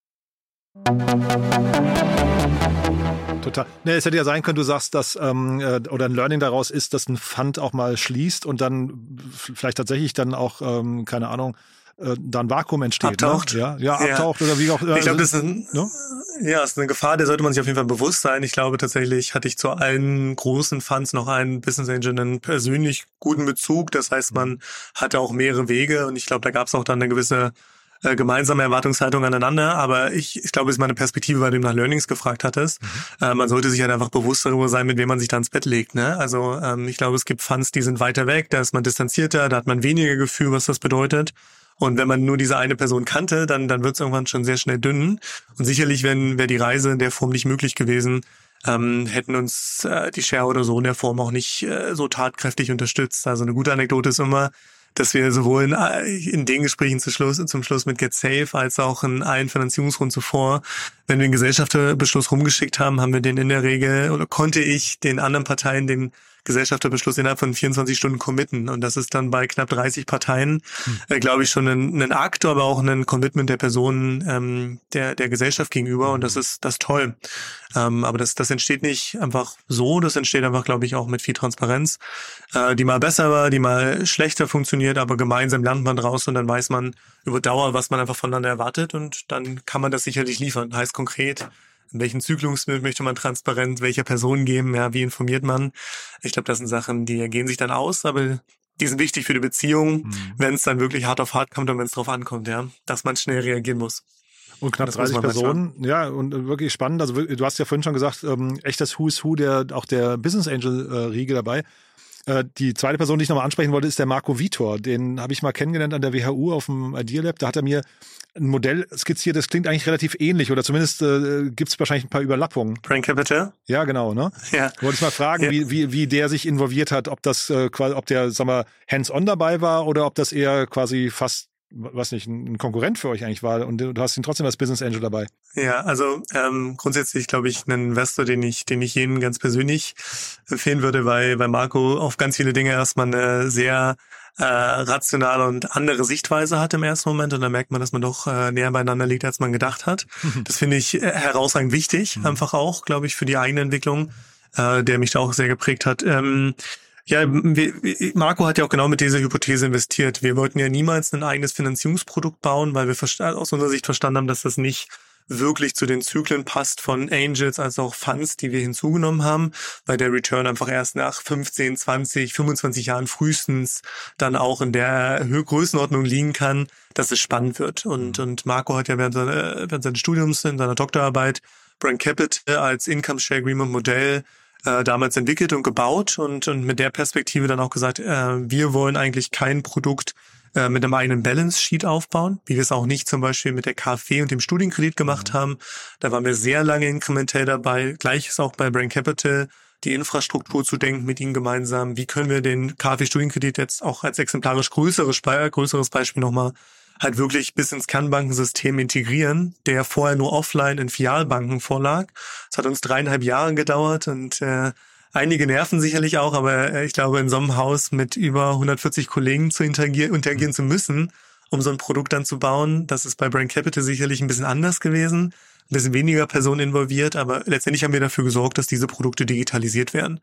Total. Ne, es hätte ja sein können, du sagst, dass oder ein Learning daraus ist, dass ein Fund auch mal schließt und dann vielleicht tatsächlich dann auch, keine Ahnung, da ein Vakuum entsteht. Abtaucht. Ne? Ja, abtaucht oder wie auch immer. Ich glaube, das ist ist eine Gefahr, der sollte man sich auf jeden Fall bewusst sein. Ich glaube tatsächlich, hatte ich zu allen großen Funds noch einen Business Angel einen persönlich guten Bezug. Das heißt, man hatte auch mehrere Wege und ich glaube, da gab es auch dann eine gewisse gemeinsame Erwartungshaltung aneinander, aber ich glaube, es ist meine Perspektive, weil du nach Learnings gefragt hattest. Man sollte sich halt einfach bewusst darüber sein, mit wem man sich da ins Bett legt. Ne? Also ich glaube, es gibt Funds, die sind weiter weg, da ist man distanzierter, da hat man weniger Gefühl, was das bedeutet. Und wenn man nur diese eine Person kannte, dann wird es irgendwann schon sehr schnell dünn. Und sicherlich, wäre die Reise in der Form nicht möglich gewesen, hätten uns die Shareholder so in der Form auch nicht so tatkräftig unterstützt. Also eine gute Anekdote ist immer, dass wir sowohl in den Gesprächen zum Schluss mit GetSafe als auch in allen Finanzierungsrunden zuvor, wenn wir den Gesellschafterbeschluss rumgeschickt haben, haben wir den in der Regel, oder konnte ich den anderen Parteien den Gesellschafterbeschluss innerhalb von 24 Stunden committen. Und das ist dann bei knapp 30 Parteien, glaube ich, schon ein Akt, aber auch ein Commitment der Personen der Gesellschaft gegenüber. Und das ist toll. Aber das entsteht nicht einfach so, das entsteht einfach, glaube ich, auch mit viel Transparenz, die mal besser war, die mal schlechter funktioniert, aber gemeinsam lernt man draus und dann weiß man über Dauer, was man einfach voneinander erwartet und dann kann man das sicherlich liefern. Heißt konkret, in welchen Zyklus möchte man transparent welcher Person geben, ja, wie informiert man. Ich glaube, das sind Sachen, die ergehen sich dann aus, aber die sind wichtig für die Beziehung, wenn es dann wirklich hart auf hart kommt und wenn es drauf ankommt, ja, dass man schnell reagieren muss. Und knapp 30 Personen, ja, und wirklich spannend. Also du hast ja vorhin schon gesagt, echt das Who's Who auch der Business Angel Riege dabei. Die zweite Person, die ich nochmal ansprechen wollte, ist der Marco Vitor. Den habe ich mal kennengelernt an der WHU auf dem Idea Lab. Da hat er mir ein Modell skizziert, das klingt eigentlich relativ ähnlich oder zumindest gibt es wahrscheinlich ein paar Überlappungen. Brain Capital? Ja, genau, ne? Ja. Wollte ich mal fragen, ja, wie der sich involviert hat, ob das ob der, sag mal, hands-on dabei war oder ob das eher quasi fast, was nicht, ein Konkurrent für euch eigentlich war und du hast ihn trotzdem als Business Angel dabei. Ja, also grundsätzlich glaube ich, ein Investor, den ich jedem ganz persönlich empfehlen würde, weil Marco auf ganz viele Dinge erstmal eine sehr rationale und andere Sichtweise hat im ersten Moment und dann merkt man, dass man doch näher beieinander liegt, als man gedacht hat. Das finde ich herausragend wichtig, einfach auch, glaube ich, für die eigene Entwicklung, der mich da auch sehr geprägt hat. Ja, Marco hat ja auch genau mit dieser Hypothese investiert. Wir wollten ja niemals ein eigenes Finanzierungsprodukt bauen, weil wir aus unserer Sicht verstanden haben, dass das nicht wirklich zu den Zyklen passt von Angels als auch Funds, die wir hinzugenommen haben, weil der Return einfach erst nach 15, 20, 25 Jahren frühestens dann auch in der Größenordnung liegen kann, dass es spannend wird. Und Marco hat ja während seines Studiums in seiner Doktorarbeit Brain Capital als Income Share Agreement Modell damals entwickelt und gebaut und mit der Perspektive dann auch gesagt, wir wollen eigentlich kein Produkt mit einem eigenen Balance Sheet aufbauen, wie wir es auch nicht zum Beispiel mit der KfW und dem Studienkredit gemacht haben. Da waren wir sehr lange inkrementell dabei. Gleiches auch bei Brain Capital, die Infrastruktur zu denken mit ihnen gemeinsam. Wie können wir den KfW-Studienkredit jetzt auch als exemplarisch größeres Beispiel nochmal halt wirklich bis ins Kernbankensystem integrieren, der vorher nur offline in Filialbanken vorlag. Es hat uns 3,5 Jahre gedauert und einige nerven sicherlich auch, aber ich glaube, in so einem Haus mit über 140 Kollegen zu interagieren zu müssen, um so ein Produkt dann zu bauen, das ist bei Brain Capital sicherlich ein bisschen anders gewesen, ein bisschen weniger Personen involviert, aber letztendlich haben wir dafür gesorgt, dass diese Produkte digitalisiert werden.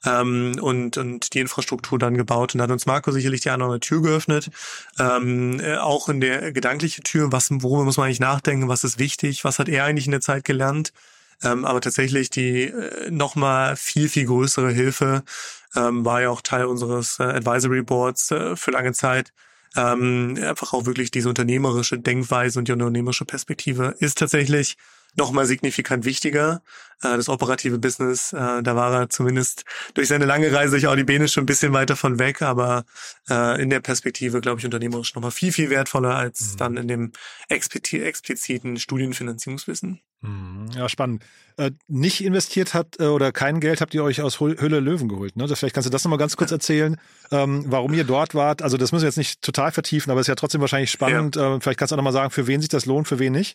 Und die Infrastruktur dann gebaut. Und da hat uns Marco sicherlich die andere Tür geöffnet. Auch in der gedankliche Tür, worüber muss man eigentlich nachdenken, was ist wichtig, was hat er eigentlich in der Zeit gelernt. Aber tatsächlich die nochmal viel, viel größere Hilfe war ja auch Teil unseres Advisory Boards für lange Zeit. Einfach auch wirklich diese unternehmerische Denkweise und die unternehmerische Perspektive ist tatsächlich nochmal signifikant wichtiger. Das operative Business, da war er zumindest durch seine lange Reise durch Audi schon ein bisschen weiter von weg, aber in der Perspektive, glaube ich, unternehmerisch nochmal viel, viel wertvoller als dann in dem expliziten Studienfinanzierungswissen. Ja, spannend. Nicht investiert habt oder kein Geld habt ihr euch aus Höhle Löwen geholt, ne? Vielleicht kannst du das nochmal ganz kurz erzählen, warum ihr dort wart. Also das müssen wir jetzt nicht total vertiefen, aber es ist ja trotzdem wahrscheinlich spannend. Ja. Vielleicht kannst du auch nochmal sagen, für wen sich das lohnt, für wen nicht?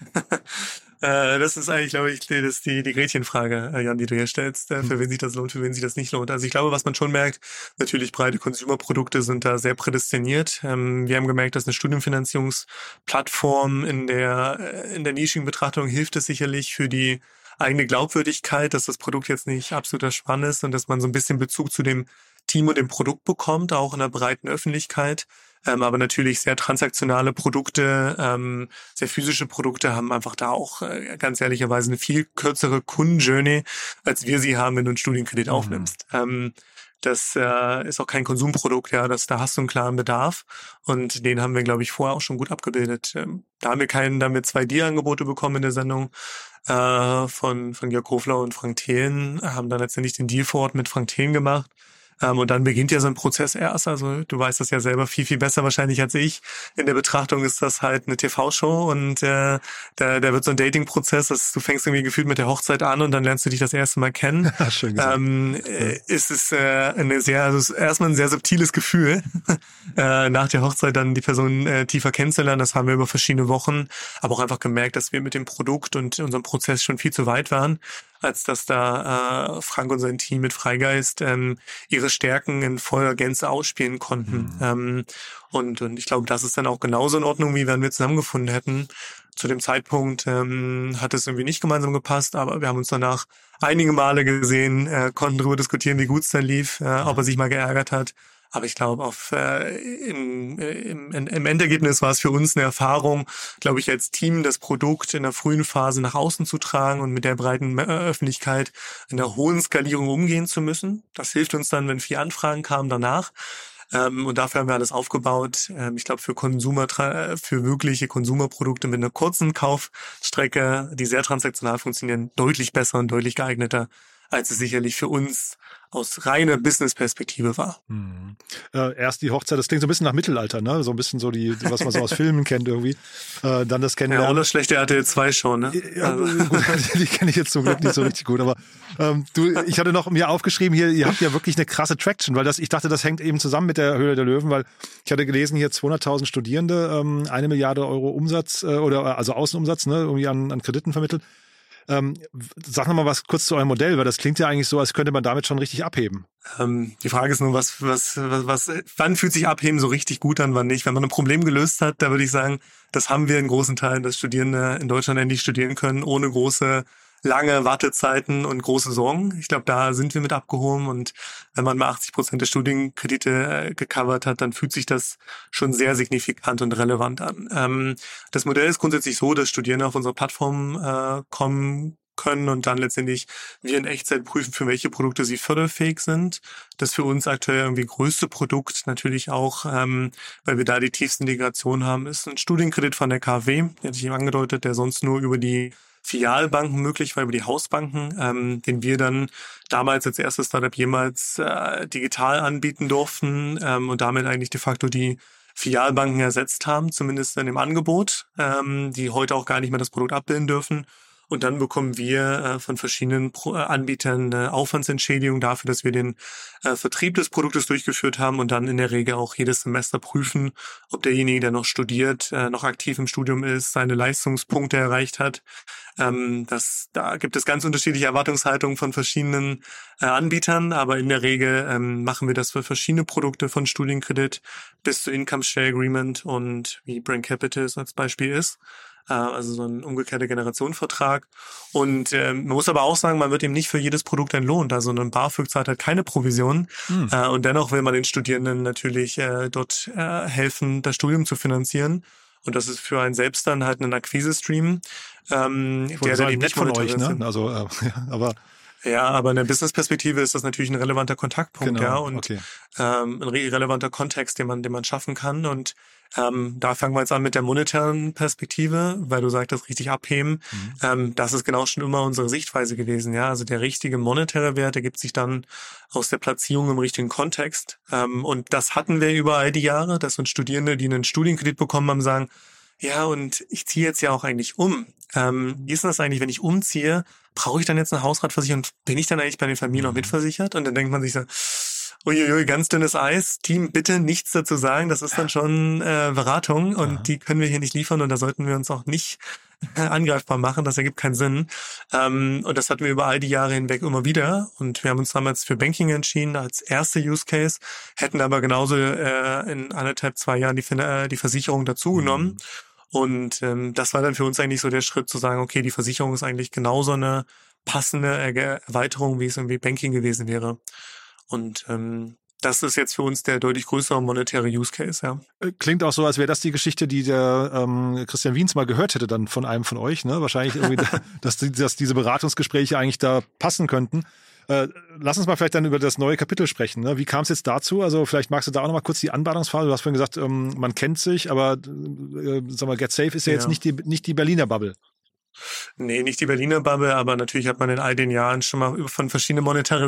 Das ist eigentlich, glaube ich, das die Gretchenfrage, Jan, die du hier stellst, für wen sich das lohnt, für wen sich das nicht lohnt. Also ich glaube, was man schon merkt, natürlich breite Consumer-Produkte sind da sehr prädestiniert. Wir haben gemerkt, dass eine Studienfinanzierungsplattform in der nischigen Betrachtung hilft es sicherlich für die eigene Glaubwürdigkeit, dass das Produkt jetzt nicht absoluter Spann ist und dass man so ein bisschen Bezug zu dem Team und dem Produkt bekommt, auch in der breiten Öffentlichkeit. Aber natürlich sehr transaktionale Produkte, sehr physische Produkte haben einfach da auch ganz ehrlicherweise eine viel kürzere Kundenjourney, als wir sie haben, wenn du einen Studienkredit aufnimmst. Das ist auch kein Konsumprodukt, ja, da hast du einen klaren Bedarf und den haben wir, glaube ich, vorher auch schon gut abgebildet. Da haben wir 2 Deal-Angebote bekommen in der Sendung von Georg Kofler und Frank Thelen, haben dann letztendlich den Deal vor Ort mit Frank Thelen gemacht. Und dann beginnt ja so ein Prozess erst. Also du weißt das ja selber viel, viel besser wahrscheinlich als ich. In der Betrachtung ist das halt eine TV-Show und da wird so ein Dating-Prozess, du fängst irgendwie gefühlt mit der Hochzeit an und dann lernst du dich das erste Mal kennen. Schön gesagt. Ist es erstmal ein sehr subtiles Gefühl, nach der Hochzeit dann die Person tiefer kennenzulernen. Das haben wir über verschiedene Wochen, aber auch einfach gemerkt, dass wir mit dem Produkt und unserem Prozess schon viel zu weit waren. als dass da Frank und sein Team mit Freigeist ihre Stärken in voller Gänze ausspielen konnten. Und ich glaube, das ist dann auch genauso in Ordnung, wie wenn wir zusammengefunden hätten. Zu dem Zeitpunkt hat es irgendwie nicht gemeinsam gepasst, aber wir haben uns danach einige Male gesehen, konnten darüber diskutieren, wie gut es dann lief, ob er sich mal geärgert hat. Aber ich glaube, im Endergebnis war es für uns eine Erfahrung, glaube ich, als Team das Produkt in der frühen Phase nach außen zu tragen und mit der breiten Öffentlichkeit in der hohen Skalierung umgehen zu müssen. Das hilft uns dann, wenn viele Anfragen kamen danach. Und dafür haben wir alles aufgebaut. Ich glaube, für wirkliche Konsumerprodukte mit einer kurzen Kaufstrecke, die sehr transaktional funktionieren, deutlich besser und deutlich geeigneter, als es sicherlich für uns aus reiner Business-Perspektive war. Erst die Hochzeit, das klingt so ein bisschen nach Mittelalter, ne? So ein bisschen so was man so aus Filmen kennt irgendwie. Dann das Kennenlernen. Ja, oder schlechte RTL 2 schon, ne? Ja, gut, die kenne ich jetzt zum Glück nicht so richtig gut, aber ich hatte noch mir aufgeschrieben hier, ihr habt ja wirklich eine krasse Traction, weil ich dachte, das hängt eben zusammen mit der Höhle der Löwen, weil ich hatte gelesen, hier 200.000 Studierende, 1 Milliarde Euro Umsatz also Außenumsatz, ne, irgendwie an Krediten vermittelt. Sag noch mal was kurz zu eurem Modell, weil das klingt ja eigentlich so, als könnte man damit schon richtig abheben. Die Frage ist nur, wann fühlt sich Abheben so richtig gut an, wann nicht? Wenn man ein Problem gelöst hat, da würde ich sagen, das haben wir in großen Teilen, dass Studierende in Deutschland endlich studieren können, ohne große lange Wartezeiten und große Sorgen. Ich glaube, da sind wir mit abgehoben und wenn man mal 80% der Studienkredite gecovert hat, dann fühlt sich das schon sehr signifikant und relevant an. Das Modell ist grundsätzlich so, dass Studierende auf unsere Plattform kommen können und dann letztendlich wir in Echtzeit prüfen, für welche Produkte sie förderfähig sind. Das für uns aktuell irgendwie größte Produkt natürlich auch, weil wir da die tiefste Integration haben, ist ein Studienkredit von der KfW, den hatte ich eben angedeutet, der sonst nur über die Filialbanken möglich war, über die Hausbanken, den wir dann damals als erstes Startup jemals digital anbieten durften und damit eigentlich de facto die Filialbanken ersetzt haben, zumindest in dem Angebot, die heute auch gar nicht mehr das Produkt abbilden dürfen. Und dann bekommen wir von verschiedenen Anbietern eine Aufwandsentschädigung dafür, dass wir den Vertrieb des Produktes durchgeführt haben und dann in der Regel auch jedes Semester prüfen, ob derjenige, der noch studiert, noch aktiv im Studium ist, seine Leistungspunkte erreicht hat. Da gibt es ganz unterschiedliche Erwartungshaltungen von verschiedenen Anbietern, aber in der Regel machen wir das für verschiedene Produkte von Studienkredit bis zu Income Share Agreement und wie Brain Capital als Beispiel ist. Also so ein umgekehrter Generationenvertrag. Und man muss aber auch sagen, man wird eben nicht für jedes Produkt entlohnt. Also ein BAföG zahlt halt keine Provision. Und dennoch will man den Studierenden natürlich dort helfen, das Studium zu finanzieren. Und das ist für einen selbst dann halt ein Akquise-Stream. Der eben nicht von euch, ne? Also, aber... Ja, aber in der Business-Perspektive ist das natürlich ein relevanter Kontaktpunkt, genau, ja, und ein relevanter Kontext, den man schaffen kann. Und da fangen wir jetzt an mit der monetären Perspektive, weil du sagtest, richtig abheben. Das ist genau schon immer unsere Sichtweise gewesen, ja. Also der richtige monetäre Wert ergibt sich dann aus der Platzierung im richtigen Kontext. Und das hatten wir über all die Jahre, dass uns Studierende, die einen Studienkredit bekommen haben, sagen, ja, und ich ziehe jetzt ja auch eigentlich um. Wie ist das eigentlich, wenn ich umziehe? Brauche ich dann jetzt eine Hausratversicherung? Bin ich dann eigentlich bei den Familien noch mitversichert? Und dann denkt man sich so, uiuiui, ganz dünnes Eis. Team, bitte nichts dazu sagen. Das ist dann schon Beratung und die können wir hier nicht liefern und da sollten wir uns auch nicht angreifbar machen. Das ergibt keinen Sinn. Und das hatten wir über all die Jahre hinweg immer wieder. Und wir haben uns damals für Banking entschieden als erste Use Case, hätten aber genauso in 1,5-2 Jahren die Versicherung dazugenommen. Und das war dann für uns eigentlich so der Schritt zu sagen, okay, die Versicherung ist eigentlich genauso eine passende Erweiterung, wie es irgendwie Banking gewesen wäre. Und das ist jetzt für uns der deutlich größere monetäre Use Case, ja. Klingt auch so, als wäre das die Geschichte, die der Christian Wiens mal gehört hätte dann von einem von euch, ne? Wahrscheinlich irgendwie, dass diese Beratungsgespräche eigentlich da passen könnten. Lass uns mal vielleicht dann über das neue Kapitel sprechen. Ne? Wie kam es jetzt dazu? Also vielleicht magst du da auch noch mal kurz die Anbahnungsphase. Du hast vorhin gesagt, man kennt sich, aber sag mal, Get Safe ist ja jetzt nicht die Berliner Bubble. Nee, nicht die Berliner Bubble, aber natürlich hat man in all den Jahren schon mal von verschiedenen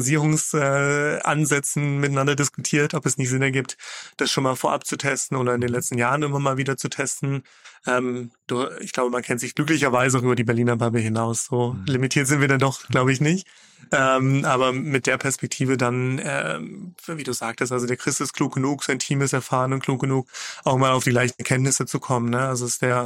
Monetarisierungsansätzen miteinander diskutiert, ob es nicht Sinn ergibt, das schon mal vorab zu testen oder in den letzten Jahren immer mal wieder zu testen. Ich glaube, man kennt sich glücklicherweise auch über die Berliner Bubble hinaus. So limitiert sind wir dann doch, glaube ich, nicht. Aber mit der Perspektive dann, wie du sagtest, also der Chris ist klug genug, sein Team ist erfahren und klug genug, auch mal auf die leichten Kenntnisse zu kommen. Ne? Also ist der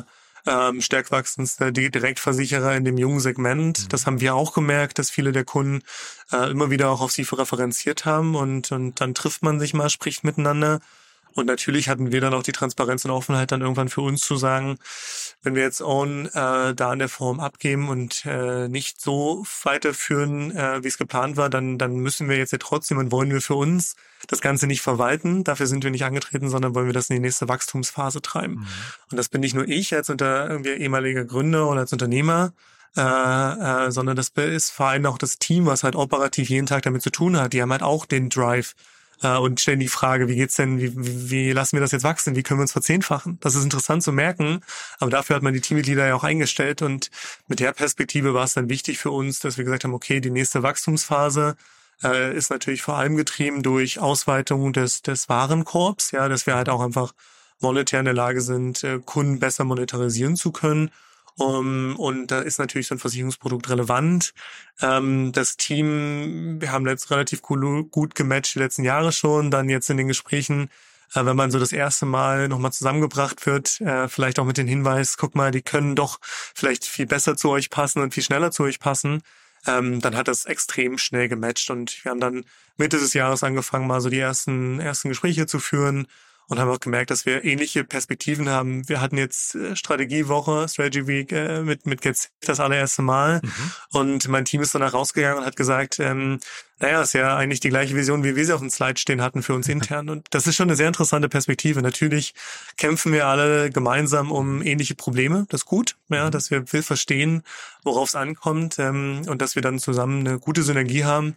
stärk wachsendste Direktversicherer in dem jungen Segment. Das haben wir auch gemerkt, dass viele der Kunden immer wieder auch auf sie referenziert haben und dann trifft man sich mal, spricht miteinander. Und natürlich hatten wir dann auch die Transparenz und Offenheit, dann irgendwann für uns zu sagen, wenn wir jetzt Own da in der Form abgeben und nicht so weiterführen, wie es geplant war, dann müssen wir jetzt ja trotzdem und wollen wir für uns das Ganze nicht verwalten. Dafür sind wir nicht angetreten, sondern wollen wir das in die nächste Wachstumsphase treiben. Und das bin nicht nur ich als irgendwie ehemaliger Gründer oder als Unternehmer, sondern das ist vor allem auch das Team, was halt operativ jeden Tag damit zu tun hat. Die haben halt auch den Drive und stellen die Frage, wie geht's denn, wie lassen wir das jetzt wachsen, wie können wir uns verzehnfachen? Das ist interessant zu merken, aber dafür hat man die Teammitglieder ja auch eingestellt und mit der Perspektive war es dann wichtig für uns, dass wir gesagt haben, okay, die nächste Wachstumsphase ist natürlich vor allem getrieben durch Ausweitung des Warenkorbs, ja, dass wir halt auch einfach monetär in der Lage sind, Kunden besser monetarisieren zu können. Und da ist natürlich so ein Versicherungsprodukt relevant. Das Team, wir haben jetzt relativ gut gematcht die letzten Jahre schon, dann jetzt in den Gesprächen, wenn man so das erste Mal nochmal zusammengebracht wird, vielleicht auch mit dem Hinweis, guck mal, die können doch vielleicht viel besser zu euch passen und viel schneller zu euch passen, dann hat das extrem schnell gematcht und wir haben dann Mitte des Jahres angefangen, mal so die ersten Gespräche zu führen. Und haben auch gemerkt, dass wir ähnliche Perspektiven haben. Wir hatten jetzt Strategiewoche, Strategy Week mit GetSafe das allererste Mal. Und mein Team ist danach rausgegangen und hat gesagt, ist ja eigentlich die gleiche Vision, wie wir sie auf dem Slide stehen hatten für uns intern. Und das ist schon eine sehr interessante Perspektive. Natürlich kämpfen wir alle gemeinsam um ähnliche Probleme. Das ist gut, ja, dass wir verstehen, worauf es ankommt und dass wir dann zusammen eine gute Synergie haben.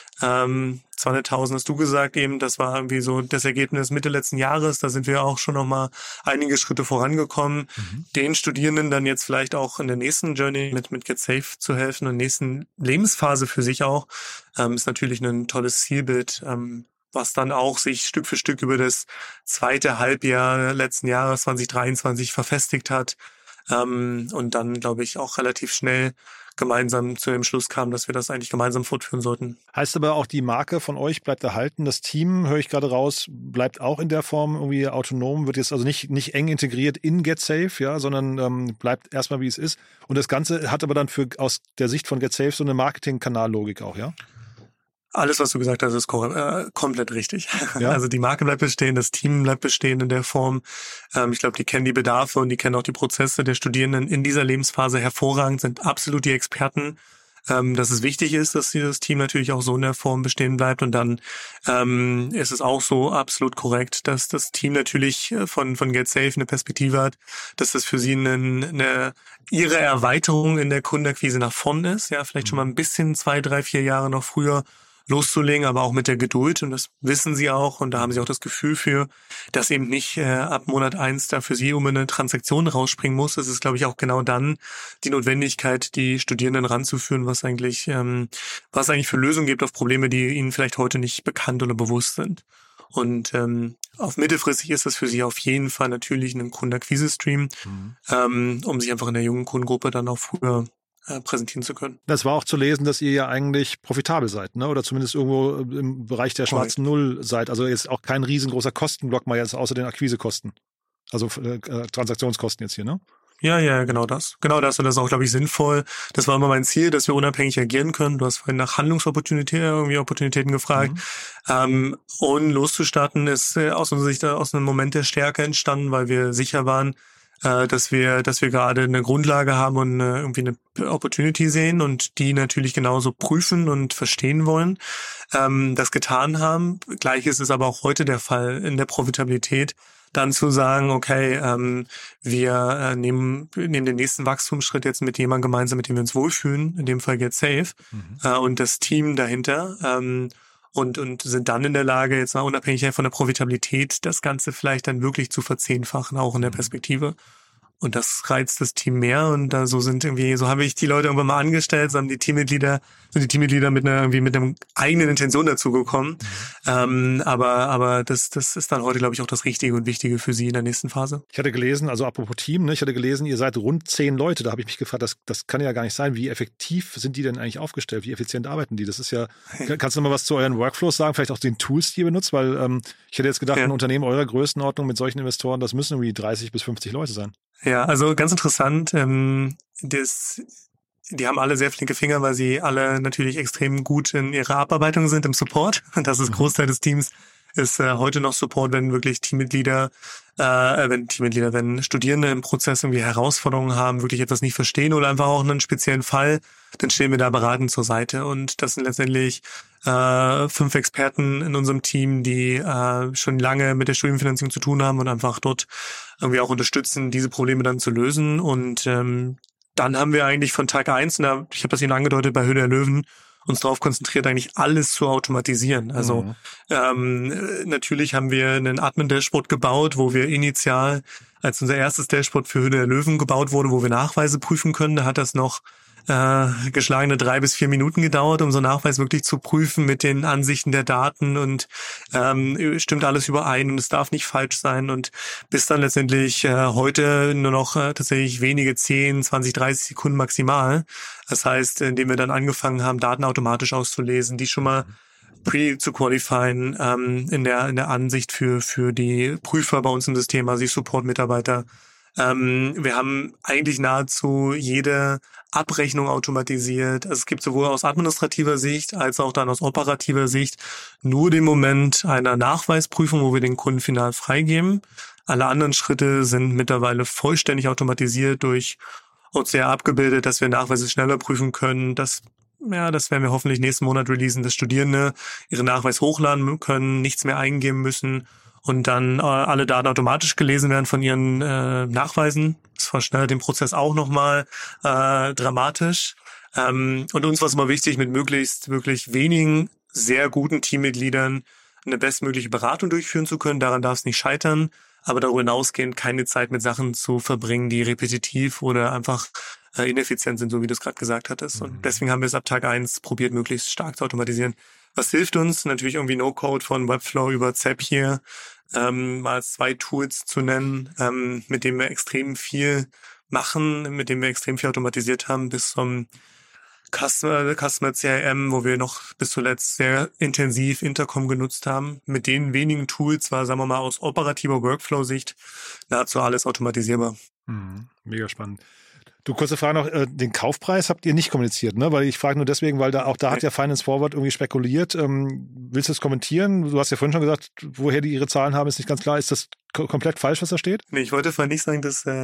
200.000 hast du gesagt eben, das war irgendwie so das Ergebnis Mitte letzten Jahres, da sind wir auch schon nochmal einige Schritte vorangekommen, den Studierenden dann jetzt vielleicht auch in der nächsten Journey mit GetSafe zu helfen und nächsten Lebensphase für sich auch, ist natürlich ein tolles Zielbild, was dann auch sich Stück für Stück über das zweite Halbjahr letzten Jahres 2023 verfestigt hat und dann, glaube ich, auch relativ schnell gemeinsam zu dem Schluss kam, dass wir das eigentlich gemeinsam fortführen sollten. Heißt aber auch, die Marke von euch bleibt erhalten. Das Team, höre ich gerade raus, bleibt auch in der Form irgendwie autonom, wird jetzt also nicht eng integriert in GetSafe, ja, sondern bleibt erstmal, wie es ist. Und das Ganze hat aber dann aus der Sicht von GetSafe so eine Marketing-Kanallogik auch, ja? Alles, was du gesagt hast, ist komplett richtig. Ja? Also die Marke bleibt bestehen, das Team bleibt bestehen in der Form. Ich glaube, die kennen die Bedarfe und die kennen auch die Prozesse der Studierenden in dieser Lebensphase hervorragend, sind absolut die Experten. Dass es wichtig ist, dass dieses Team natürlich auch so in der Form bestehen bleibt. Und dann ist es auch so absolut korrekt, dass das Team natürlich von GetSafe eine Perspektive hat, dass das für sie ihre Erweiterung in der Kundenakquise nach vorn ist. Ja, vielleicht schon mal ein bisschen 2, 3, 4 Jahre noch früher loszulegen, aber auch mit der Geduld und das wissen sie auch und da haben sie auch das Gefühl für, dass eben nicht ab Monat 1 da für sie um eine Transaktion rausspringen muss. Es ist, glaube ich, auch genau dann die Notwendigkeit, die Studierenden ranzuführen, was eigentlich für Lösungen gibt auf Probleme, die ihnen vielleicht heute nicht bekannt oder bewusst sind. Und auf mittelfristig ist das für sie auf jeden Fall natürlich ein Kundenakquise-Stream, um sich einfach in der jungen Kundengruppe dann auch früher präsentieren zu können. Das war auch zu lesen, dass ihr ja eigentlich profitabel seid, ne? Oder zumindest irgendwo im Bereich der schwarzen Null seid. Also jetzt auch kein riesengroßer Kostenblock mal jetzt außer den Akquisekosten. Also Transaktionskosten jetzt hier, ne? Ja, genau das. Und das ist auch, glaube ich, sinnvoll. Das war immer mein Ziel, dass wir unabhängig agieren können. Du hast vorhin nach Opportunitäten gefragt. Und loszustarten ist aus unserer Sicht aus einem Moment der Stärke entstanden, weil wir sicher waren, dass wir gerade eine Grundlage haben und irgendwie eine Opportunity sehen und die natürlich genauso prüfen und verstehen wollen, das getan haben. Gleiches ist aber auch heute der Fall in der Profitabilität, dann zu sagen, okay, wir nehmen den nächsten Wachstumsschritt jetzt mit jemandem gemeinsam, mit dem wir uns wohlfühlen, in dem Fall GetSafe, und das Team dahinter, und sind dann in der Lage, jetzt mal unabhängig von der Profitabilität, das Ganze vielleicht dann wirklich zu verzehnfachen, auch in der Perspektive. Und das reizt das Team mehr und so habe ich die Leute irgendwann mal angestellt, so haben die Teammitglieder mit einer eigenen Intention dazugekommen. Aber das ist dann heute, glaube ich, auch das Richtige und Wichtige für sie in der nächsten Phase. Ich hatte gelesen, also apropos Team, ne, ihr seid rund 10 Leute. Da habe ich mich gefragt, das kann ja gar nicht sein. Wie effektiv sind die denn eigentlich aufgestellt? Wie effizient arbeiten die? Das ist ja, kannst du noch mal was zu euren Workflows sagen? Vielleicht auch den Tools, die ihr benutzt? Weil ich hätte jetzt gedacht, ein Unternehmen eurer Größenordnung mit solchen Investoren, das müssen irgendwie 30 bis 50 Leute sein. Ja, also ganz interessant. Die haben alle sehr flinke Finger, weil sie alle natürlich extrem gut in ihrer Abarbeitung sind im Support. Das ist Großteil des Teams. Ist heute noch Support, wenn wirklich wenn Studierende im Prozess irgendwie Herausforderungen haben, wirklich etwas nicht verstehen oder einfach auch einen speziellen Fall, dann stehen wir da beratend zur Seite. Und das sind letztendlich 5 Experten in unserem Team, die schon lange mit der Studienfinanzierung zu tun haben und einfach dort irgendwie auch unterstützen, diese Probleme dann zu lösen. Und dann haben wir eigentlich von Tag 1, ich habe das Ihnen angedeutet bei Höhle der Löwen, uns darauf konzentriert, eigentlich alles zu automatisieren. Also natürlich haben wir einen Admin-Dashboard gebaut, wo wir initial, als unser erstes Dashboard für Höhle der Löwen gebaut wurde, wo wir Nachweise prüfen können, da hat das noch geschlagene 3 bis 4 Minuten gedauert, um so einen Nachweis wirklich zu prüfen mit den Ansichten der Daten und stimmt alles überein und es darf nicht falsch sein und bis dann letztendlich heute nur noch tatsächlich wenige 10, 20, 30 Sekunden maximal. Das heißt, indem wir dann angefangen haben, Daten automatisch auszulesen, die schon mal zu qualifieren in der Ansicht für die Prüfer bei uns im System, also die Support-Mitarbeiter. Wir haben eigentlich nahezu jede Abrechnung automatisiert. Also es gibt sowohl aus administrativer Sicht als auch dann aus operativer Sicht nur den Moment einer Nachweisprüfung, wo wir den Kunden final freigeben. Alle anderen Schritte sind mittlerweile vollständig automatisiert durch OCR abgebildet, dass wir Nachweise schneller prüfen können. Das werden wir hoffentlich nächsten Monat releasen, dass Studierende ihren Nachweis hochladen können, nichts mehr eingeben müssen und dann alle Daten automatisch gelesen werden von ihren Nachweisen. Das verschnellt den Prozess auch nochmal dramatisch. Und uns war es immer wichtig, mit möglichst wirklich wenigen sehr guten Teammitgliedern eine bestmögliche Beratung durchführen zu können. Daran darf es nicht scheitern, aber darüber hinausgehend keine Zeit mit Sachen zu verbringen, die repetitiv oder einfach ineffizient sind, so wie du es gerade gesagt hattest. Und deswegen haben wir es ab Tag 1 probiert, möglichst stark zu automatisieren. Was hilft uns? Natürlich irgendwie No-Code von Webflow über Zapier, mal 2 Tools zu nennen, mit denen wir extrem viel machen, mit denen wir extrem viel automatisiert haben, bis zum Customer CRM, wo wir noch bis zuletzt sehr intensiv Intercom genutzt haben. Mit den wenigen Tools war, sagen wir mal, aus operativer Workflow-Sicht nahezu alles automatisierbar. Mega spannend. Du, kurze Frage noch, den Kaufpreis habt ihr nicht kommuniziert, ne? Weil ich frage nur deswegen, weil da hat ja Finance Forward irgendwie spekuliert. Willst du das kommentieren? Du hast ja vorhin schon gesagt, woher die ihre Zahlen haben, ist nicht ganz klar. Ist das komplett falsch, was da steht? Nee, ich wollte vorhin nicht sagen,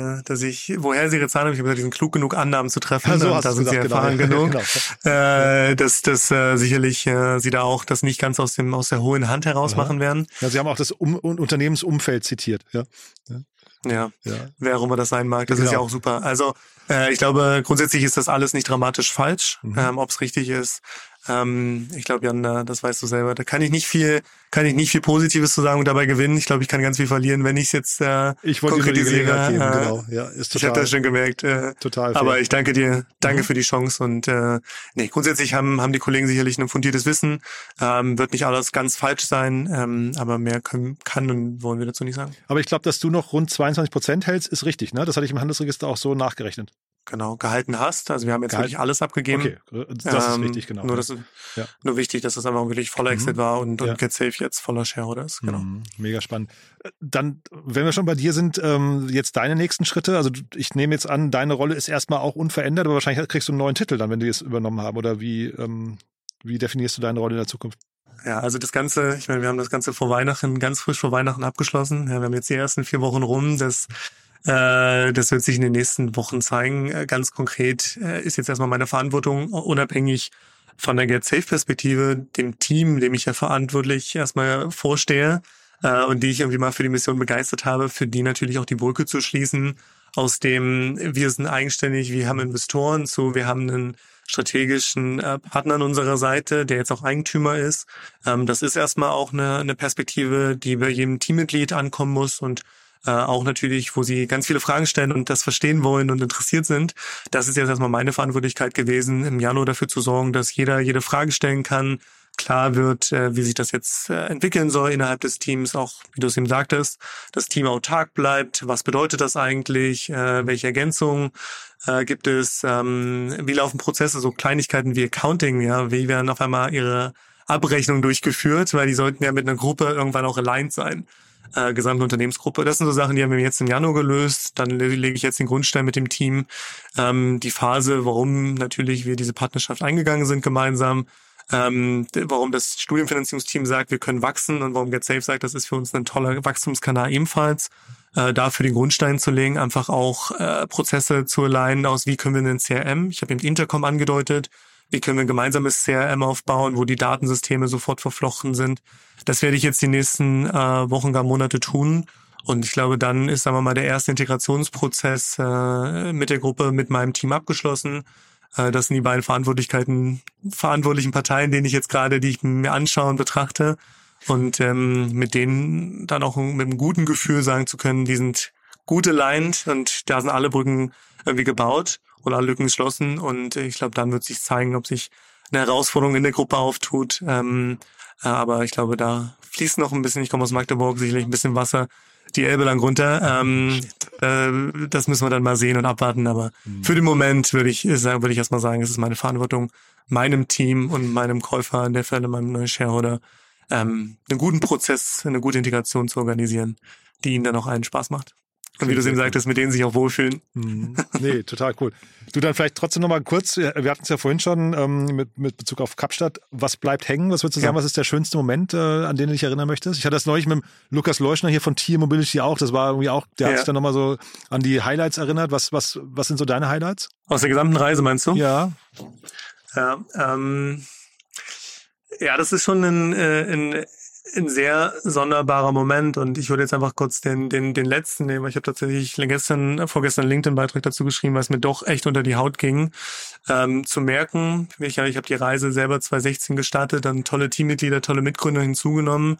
woher sie ihre Zahlen haben. Ich habe gesagt, die sind klug genug, Annahmen zu treffen. Ja, so und da sind sie erfahren genug. Genau. Dass sicherlich sie da auch das nicht ganz aus der hohen Hand heraus machen werden. Ja, sie haben auch das Unternehmensumfeld zitiert, ja. Ja, wer auch immer das sein mag, das ist ja auch super. Also ich glaube, grundsätzlich ist das alles nicht dramatisch falsch. Ob es richtig ist, ich glaube, Jan, das weißt du selber. Da kann ich nicht viel Positives zu sagen und dabei gewinnen. Ich glaube, ich kann ganz viel verlieren, wenn ich es jetzt konkretisiere. Genau. Ja, ist total, ich habe das schon gemerkt. Total. Aber ich danke dir, für die Chance und grundsätzlich haben die Kollegen sicherlich ein fundiertes Wissen. Wird nicht alles ganz falsch sein, aber mehr kann und wollen wir dazu nicht sagen. Aber ich glaube, dass du noch rund 22% hältst, ist richtig, ne? Das hatte ich im Handelsregister auch so nachgerechnet. Genau, gehalten hast. Also wir haben jetzt wirklich alles abgegeben. Okay, das ist wichtig, genau. Nur wichtig, dass das einfach wirklich voller Exit war und GetSafe jetzt voller Shareholder ist. Genau. Mega spannend. Dann, wenn wir schon bei dir sind, jetzt deine nächsten Schritte. Also ich nehme jetzt an, deine Rolle ist erstmal auch unverändert, aber wahrscheinlich kriegst du einen neuen Titel dann, wenn die es übernommen haben. Oder wie definierst du deine Rolle in der Zukunft? Ja, also das Ganze, ich meine, wir haben das Ganze ganz frisch vor Weihnachten abgeschlossen. Ja, wir haben jetzt die ersten 4 Wochen rum. Das wird sich in den nächsten Wochen zeigen. Ganz konkret ist jetzt erstmal meine Verantwortung, unabhängig von der GetSafe-Perspektive, dem Team, dem ich ja verantwortlich erstmal vorstehe und die ich irgendwie mal für die Mission begeistert habe, für die natürlich auch die Brücke zu schließen, aus dem wir sind eigenständig, wir haben Investoren zu, wir haben einen strategischen Partner an unserer Seite, der jetzt auch Eigentümer ist. Das ist erstmal auch eine Perspektive, die bei jedem Teammitglied ankommen muss und auch natürlich, wo sie ganz viele Fragen stellen und das verstehen wollen und interessiert sind. Das ist jetzt erstmal meine Verantwortlichkeit gewesen, im Januar dafür zu sorgen, dass jeder jede Frage stellen kann, klar wird, wie sich das jetzt entwickeln soll innerhalb des Teams, auch wie du es eben sagtest, das Team autark bleibt. Was bedeutet das eigentlich? Welche Ergänzungen gibt es? Wie laufen Prozesse, so Kleinigkeiten wie Accounting, ja, wie werden auf einmal ihre Abrechnungen durchgeführt, weil die sollten ja mit einer Gruppe irgendwann auch aligned sein. gesamten Unternehmensgruppe. Das sind so Sachen, die haben wir jetzt im Januar gelöst. Dann lege ich jetzt den Grundstein mit dem Team. Die Phase, warum natürlich wir diese Partnerschaft eingegangen sind gemeinsam, warum das Studienfinanzierungsteam sagt, wir können wachsen und warum GetSafe sagt, das ist für uns ein toller Wachstumskanal ebenfalls. Dafür den Grundstein zu legen, einfach auch Prozesse zu alignen aus, wie können wir einen CRM, ich habe eben Intercom angedeutet, wie können wir ein gemeinsames CRM aufbauen, wo die Datensysteme sofort verflochten sind. Das werde ich jetzt die nächsten Wochen, gar Monate tun. Und ich glaube, dann ist, sagen wir mal, der erste Integrationsprozess mit der Gruppe, mit meinem Team abgeschlossen. Das sind die beiden verantwortlichen Parteien, die ich mir anschaue und betrachte. Und mit denen dann auch mit einem guten Gefühl sagen zu können, die sind gut aligned und da sind alle Brücken irgendwie gebaut und alle Lücken geschlossen. Und ich glaube, dann wird sich zeigen, ob sich eine Herausforderung in der Gruppe auftut. Aber ich glaube, da fließt noch ein bisschen, ich komme aus Magdeburg, sicherlich ein bisschen Wasser die Elbe lang runter. Das müssen wir dann mal sehen und abwarten. Aber für den Moment würde ich erstmal sagen, es ist meine Verantwortung, meinem Team und meinem Käufer, in der Fälle meinem neuen Shareholder, einen guten Prozess, eine gute Integration zu organisieren, die ihnen dann auch allen Spaß macht. Und wie du eben sagtest, mit denen sich auch wohlfühlen. Nee, total cool. Du, dann vielleicht trotzdem nochmal kurz, wir hatten es ja vorhin schon mit Bezug auf Kapstadt. Was bleibt hängen? Was würdest du sagen, was ist der schönste Moment, an den du dich erinnern möchtest? Ich hatte das neulich mit Lukas Leuschner hier von Tier Mobility auch. Das war irgendwie auch, der hat sich dann nochmal so an die Highlights erinnert. Was sind so deine Highlights? Aus der gesamten Reise meinst du? Ja. Ja, das ist schon ein sehr sonderbarer Moment und ich würde jetzt einfach kurz den letzten nehmen. Ich habe tatsächlich vorgestern einen LinkedIn-Beitrag dazu geschrieben, weil es mir doch echt unter die Haut ging, zu merken. Ich habe die Reise selber 2016 gestartet, dann tolle Teammitglieder, tolle Mitgründer hinzugenommen.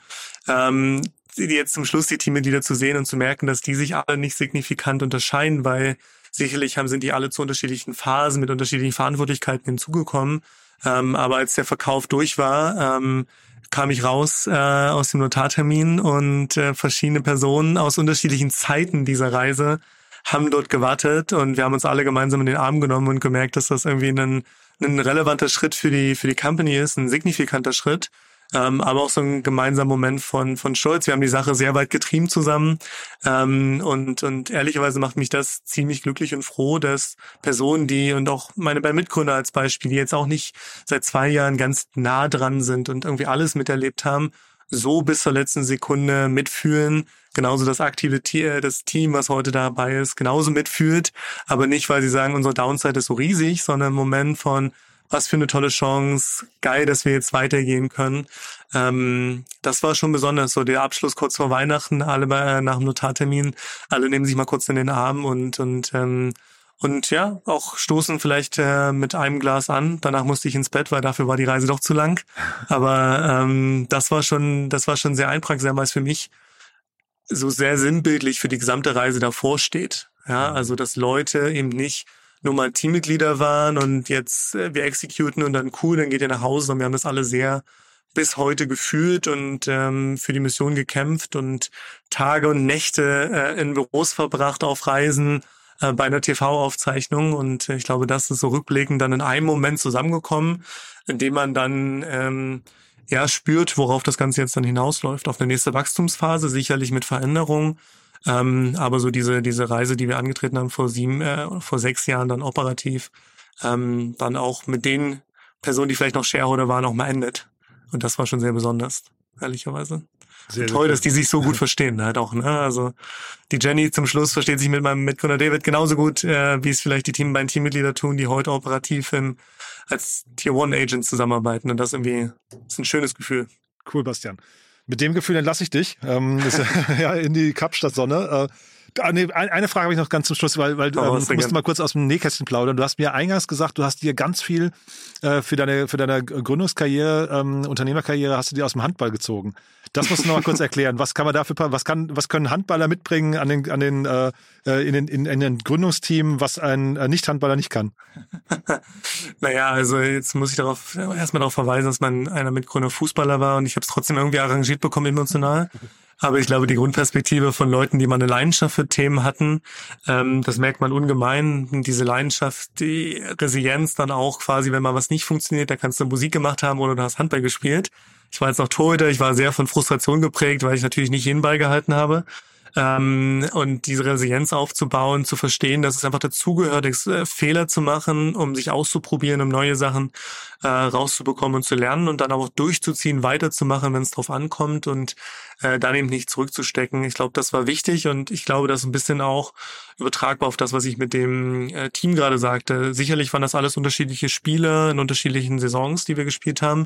Jetzt zum Schluss die Teammitglieder zu sehen und zu merken, dass die sich alle nicht signifikant unterscheiden, weil sicherlich sind die alle zu unterschiedlichen Phasen mit unterschiedlichen Verantwortlichkeiten hinzugekommen. Aber als der Verkauf durch war, kam ich raus aus dem Notartermin und verschiedene Personen aus unterschiedlichen Zeiten dieser Reise haben dort gewartet und wir haben uns alle gemeinsam in den Arm genommen und gemerkt, dass das irgendwie ein relevanter Schritt für die Company ist, ein signifikanter Schritt. Aber auch so ein gemeinsamer Moment von Stolz. Wir haben die Sache sehr weit getrieben zusammen und ehrlicherweise macht mich das ziemlich glücklich und froh, dass Personen, und auch meine beiden Mitgründer als Beispiel, die jetzt auch nicht seit 2 Jahren ganz nah dran sind und irgendwie alles miterlebt haben, so bis zur letzten Sekunde mitfühlen. Genauso das Team, was heute dabei ist, genauso mitfühlt, aber nicht, weil sie sagen, unsere Downside ist so riesig, sondern im Moment von was für eine tolle Chance, geil, dass wir jetzt weitergehen können. Das war schon besonders, so der Abschluss kurz vor Weihnachten, alle nach dem Notartermin, alle nehmen sich mal kurz in den Arm und ja, auch stoßen vielleicht mit einem Glas an. Danach musste ich ins Bett, weil dafür war die Reise doch zu lang. Aber das war schon sehr einprägsam, weil es für mich so sehr sinnbildlich für die gesamte Reise davor steht. Ja, also dass Leute eben nicht nur mal Teammitglieder waren und jetzt wir executen und dann cool, dann geht ihr nach Hause und wir haben das alle sehr bis heute gefühlt und für die Mission gekämpft und Tage und Nächte in Büros verbracht auf Reisen, bei einer TV-Aufzeichnung und ich glaube, das ist so rückblickend dann in einem Moment zusammengekommen, in dem man dann spürt, worauf das Ganze jetzt dann hinausläuft, auf eine nächste Wachstumsphase, sicherlich mit Veränderungen. Aber so diese Reise, die wir angetreten haben vor 6 Jahren dann operativ, dann auch mit den Personen, die vielleicht noch Shareholder waren, auch mal endet. Und das war schon sehr besonders, ehrlicherweise. Sehr toll, dass die sich so gut verstehen halt auch, ne? Also die Jenny zum Schluss versteht sich mit meinem Mitgründer David genauso gut, wie es vielleicht die beiden Teammitglieder tun, die heute operativ als Tier-1-Agents zusammenarbeiten. Und das ist ein schönes Gefühl. Cool, Bastian. Mit dem Gefühl entlasse ich dich in die Kapstadt-Sonne. Eine Frage habe ich noch ganz zum Schluss, weil du musst mal kurz aus dem Nähkästchen plaudern. Du hast mir eingangs gesagt, du hast dir ganz viel für deine Gründungskarriere, Unternehmerkarriere hast du dir aus dem Handball gezogen. Das musst du noch mal kurz erklären. Was können Handballer mitbringen in den Gründungsteam, was ein Nicht-Handballer nicht kann? Naja, also jetzt muss ich erstmal darauf verweisen, dass einer Mitgründer Fußballer war und ich habe es trotzdem irgendwie arrangiert bekommen emotional. Aber ich glaube, die Grundperspektive von Leuten, die mal eine Leidenschaft für Themen hatten, das merkt man ungemein. Diese Leidenschaft, die Resilienz dann auch quasi, wenn mal was nicht funktioniert, da kannst du Musik gemacht haben oder du hast Handball gespielt. Ich war jetzt noch Torhüter, ich war sehr von Frustration geprägt, weil ich natürlich nicht jeden Ball gehalten habe. Und diese Resilienz aufzubauen, zu verstehen, dass es einfach dazugehört, Fehler zu machen, um sich auszuprobieren, um neue Sachen rauszubekommen und zu lernen und dann auch durchzuziehen, weiterzumachen, wenn es drauf ankommt und dann eben nicht zurückzustecken. Ich glaube, das war wichtig und ich glaube, das ist ein bisschen auch übertragbar auf das, was ich mit dem Team gerade sagte. Sicherlich waren das alles unterschiedliche Spiele in unterschiedlichen Saisons, die wir gespielt haben.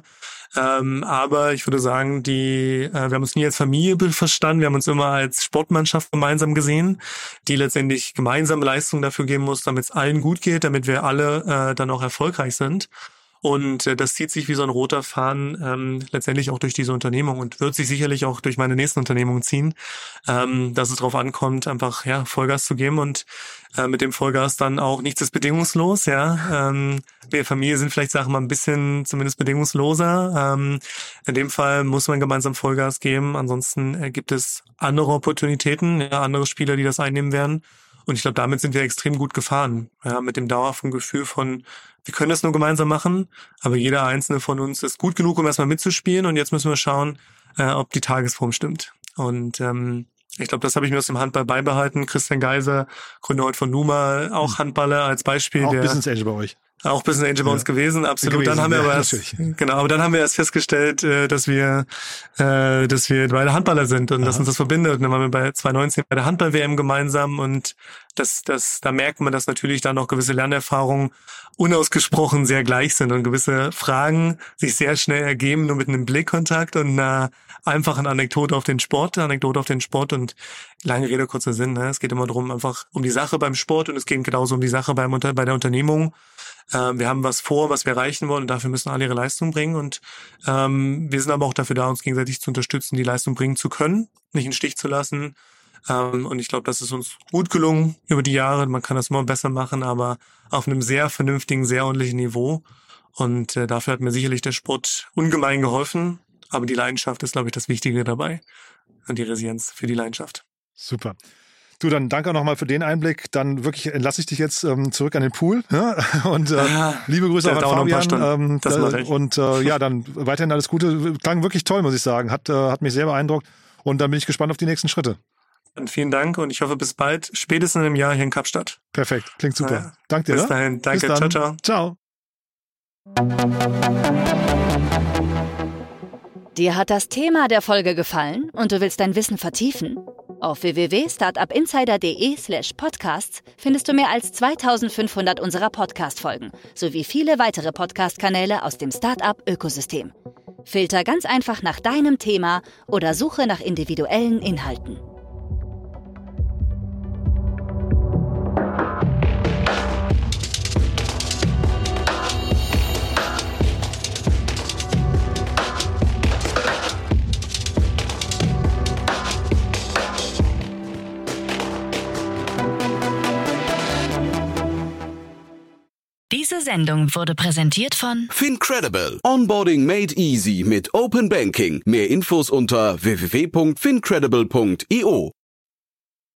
Aber ich würde sagen, wir haben uns nie als Familie verstanden, wir haben uns immer als Sportmannschaft gemeinsam gesehen, die letztendlich gemeinsame Leistung dafür geben muss, damit es allen gut geht, damit wir alle dann auch erfolgreich sind. Und das zieht sich wie so ein roter Faden letztendlich auch durch diese Unternehmung und wird sich sicherlich auch durch meine nächsten Unternehmungen ziehen, dass es darauf ankommt, einfach Vollgas zu geben und mit dem Vollgas dann auch nichts ist bedingungslos. Wir Familie sind vielleicht, sagen wir mal, ein bisschen zumindest bedingungsloser. In dem Fall muss man gemeinsam Vollgas geben, ansonsten gibt es andere Opportunitäten, andere Spieler, die das einnehmen werden. Und ich glaube, damit sind wir extrem gut gefahren, mit dem dauerhaften Gefühl von, wir können das nur gemeinsam machen, aber jeder einzelne von uns ist gut genug, um erstmal mitzuspielen und jetzt müssen wir schauen, ob die Tagesform stimmt. Und ich glaube, das habe ich mir aus dem Handball beibehalten. Christian Geiser, Gründer heute von Numa, auch Handballer als Beispiel. Auch Business Angel bei euch. Auch Business Angel bei uns gewesen, absolut. Dann haben wir aber dann haben wir erst festgestellt, dass wir beide Handballer sind und dass uns das verbindet. Und dann waren wir bei 2019 bei der Handball-WM gemeinsam und da merkt man, dass natürlich da noch gewisse Lernerfahrungen unausgesprochen sehr gleich sind und gewisse Fragen sich sehr schnell ergeben, nur mit einem Blickkontakt und einer einfachen Anekdote auf den Sport und lange Rede, kurzer Sinn. Ne? Es geht immer darum, einfach um die Sache beim Sport und es geht genauso um die Sache bei der Unternehmung. Wir haben was vor, was wir erreichen wollen und dafür müssen alle ihre Leistung bringen und wir sind aber auch dafür da, uns gegenseitig zu unterstützen, die Leistung bringen zu können, nicht in den Stich zu lassen. Und ich glaube, das ist uns gut gelungen über die Jahre. Man kann das immer besser machen, aber auf einem sehr vernünftigen, sehr ordentlichen Niveau. Und dafür hat mir sicherlich der Sport ungemein geholfen. Aber die Leidenschaft ist, glaube ich, das Wichtige dabei. Und die Resilienz für die Leidenschaft. Super. Du, dann danke auch nochmal für den Einblick. Dann wirklich entlasse ich dich jetzt zurück an den Pool. Ja? Und liebe Grüße auch an Fabian. Das mache ich. Und dann weiterhin alles Gute. Klang wirklich toll, muss ich sagen. Hat mich sehr beeindruckt. Und dann bin ich gespannt auf die nächsten Schritte. Dann vielen Dank und ich hoffe bis bald, spätestens im Jahr hier in Kapstadt. Perfekt, klingt super. Ja. Danke dir. Bis dahin, danke, bis dann. Ciao. Ciao. Dir hat das Thema der Folge gefallen und du willst dein Wissen vertiefen? Auf www.startupinsider.de/podcasts findest du mehr als 2500 unserer Podcast-Folgen sowie viele weitere Podcast-Kanäle aus dem Startup-Ökosystem. Filter ganz einfach nach deinem Thema oder suche nach individuellen Inhalten. Diese Sendung wurde präsentiert von Fincredible. Onboarding made easy mit Open Banking. Mehr Infos unter www.fincredible.io.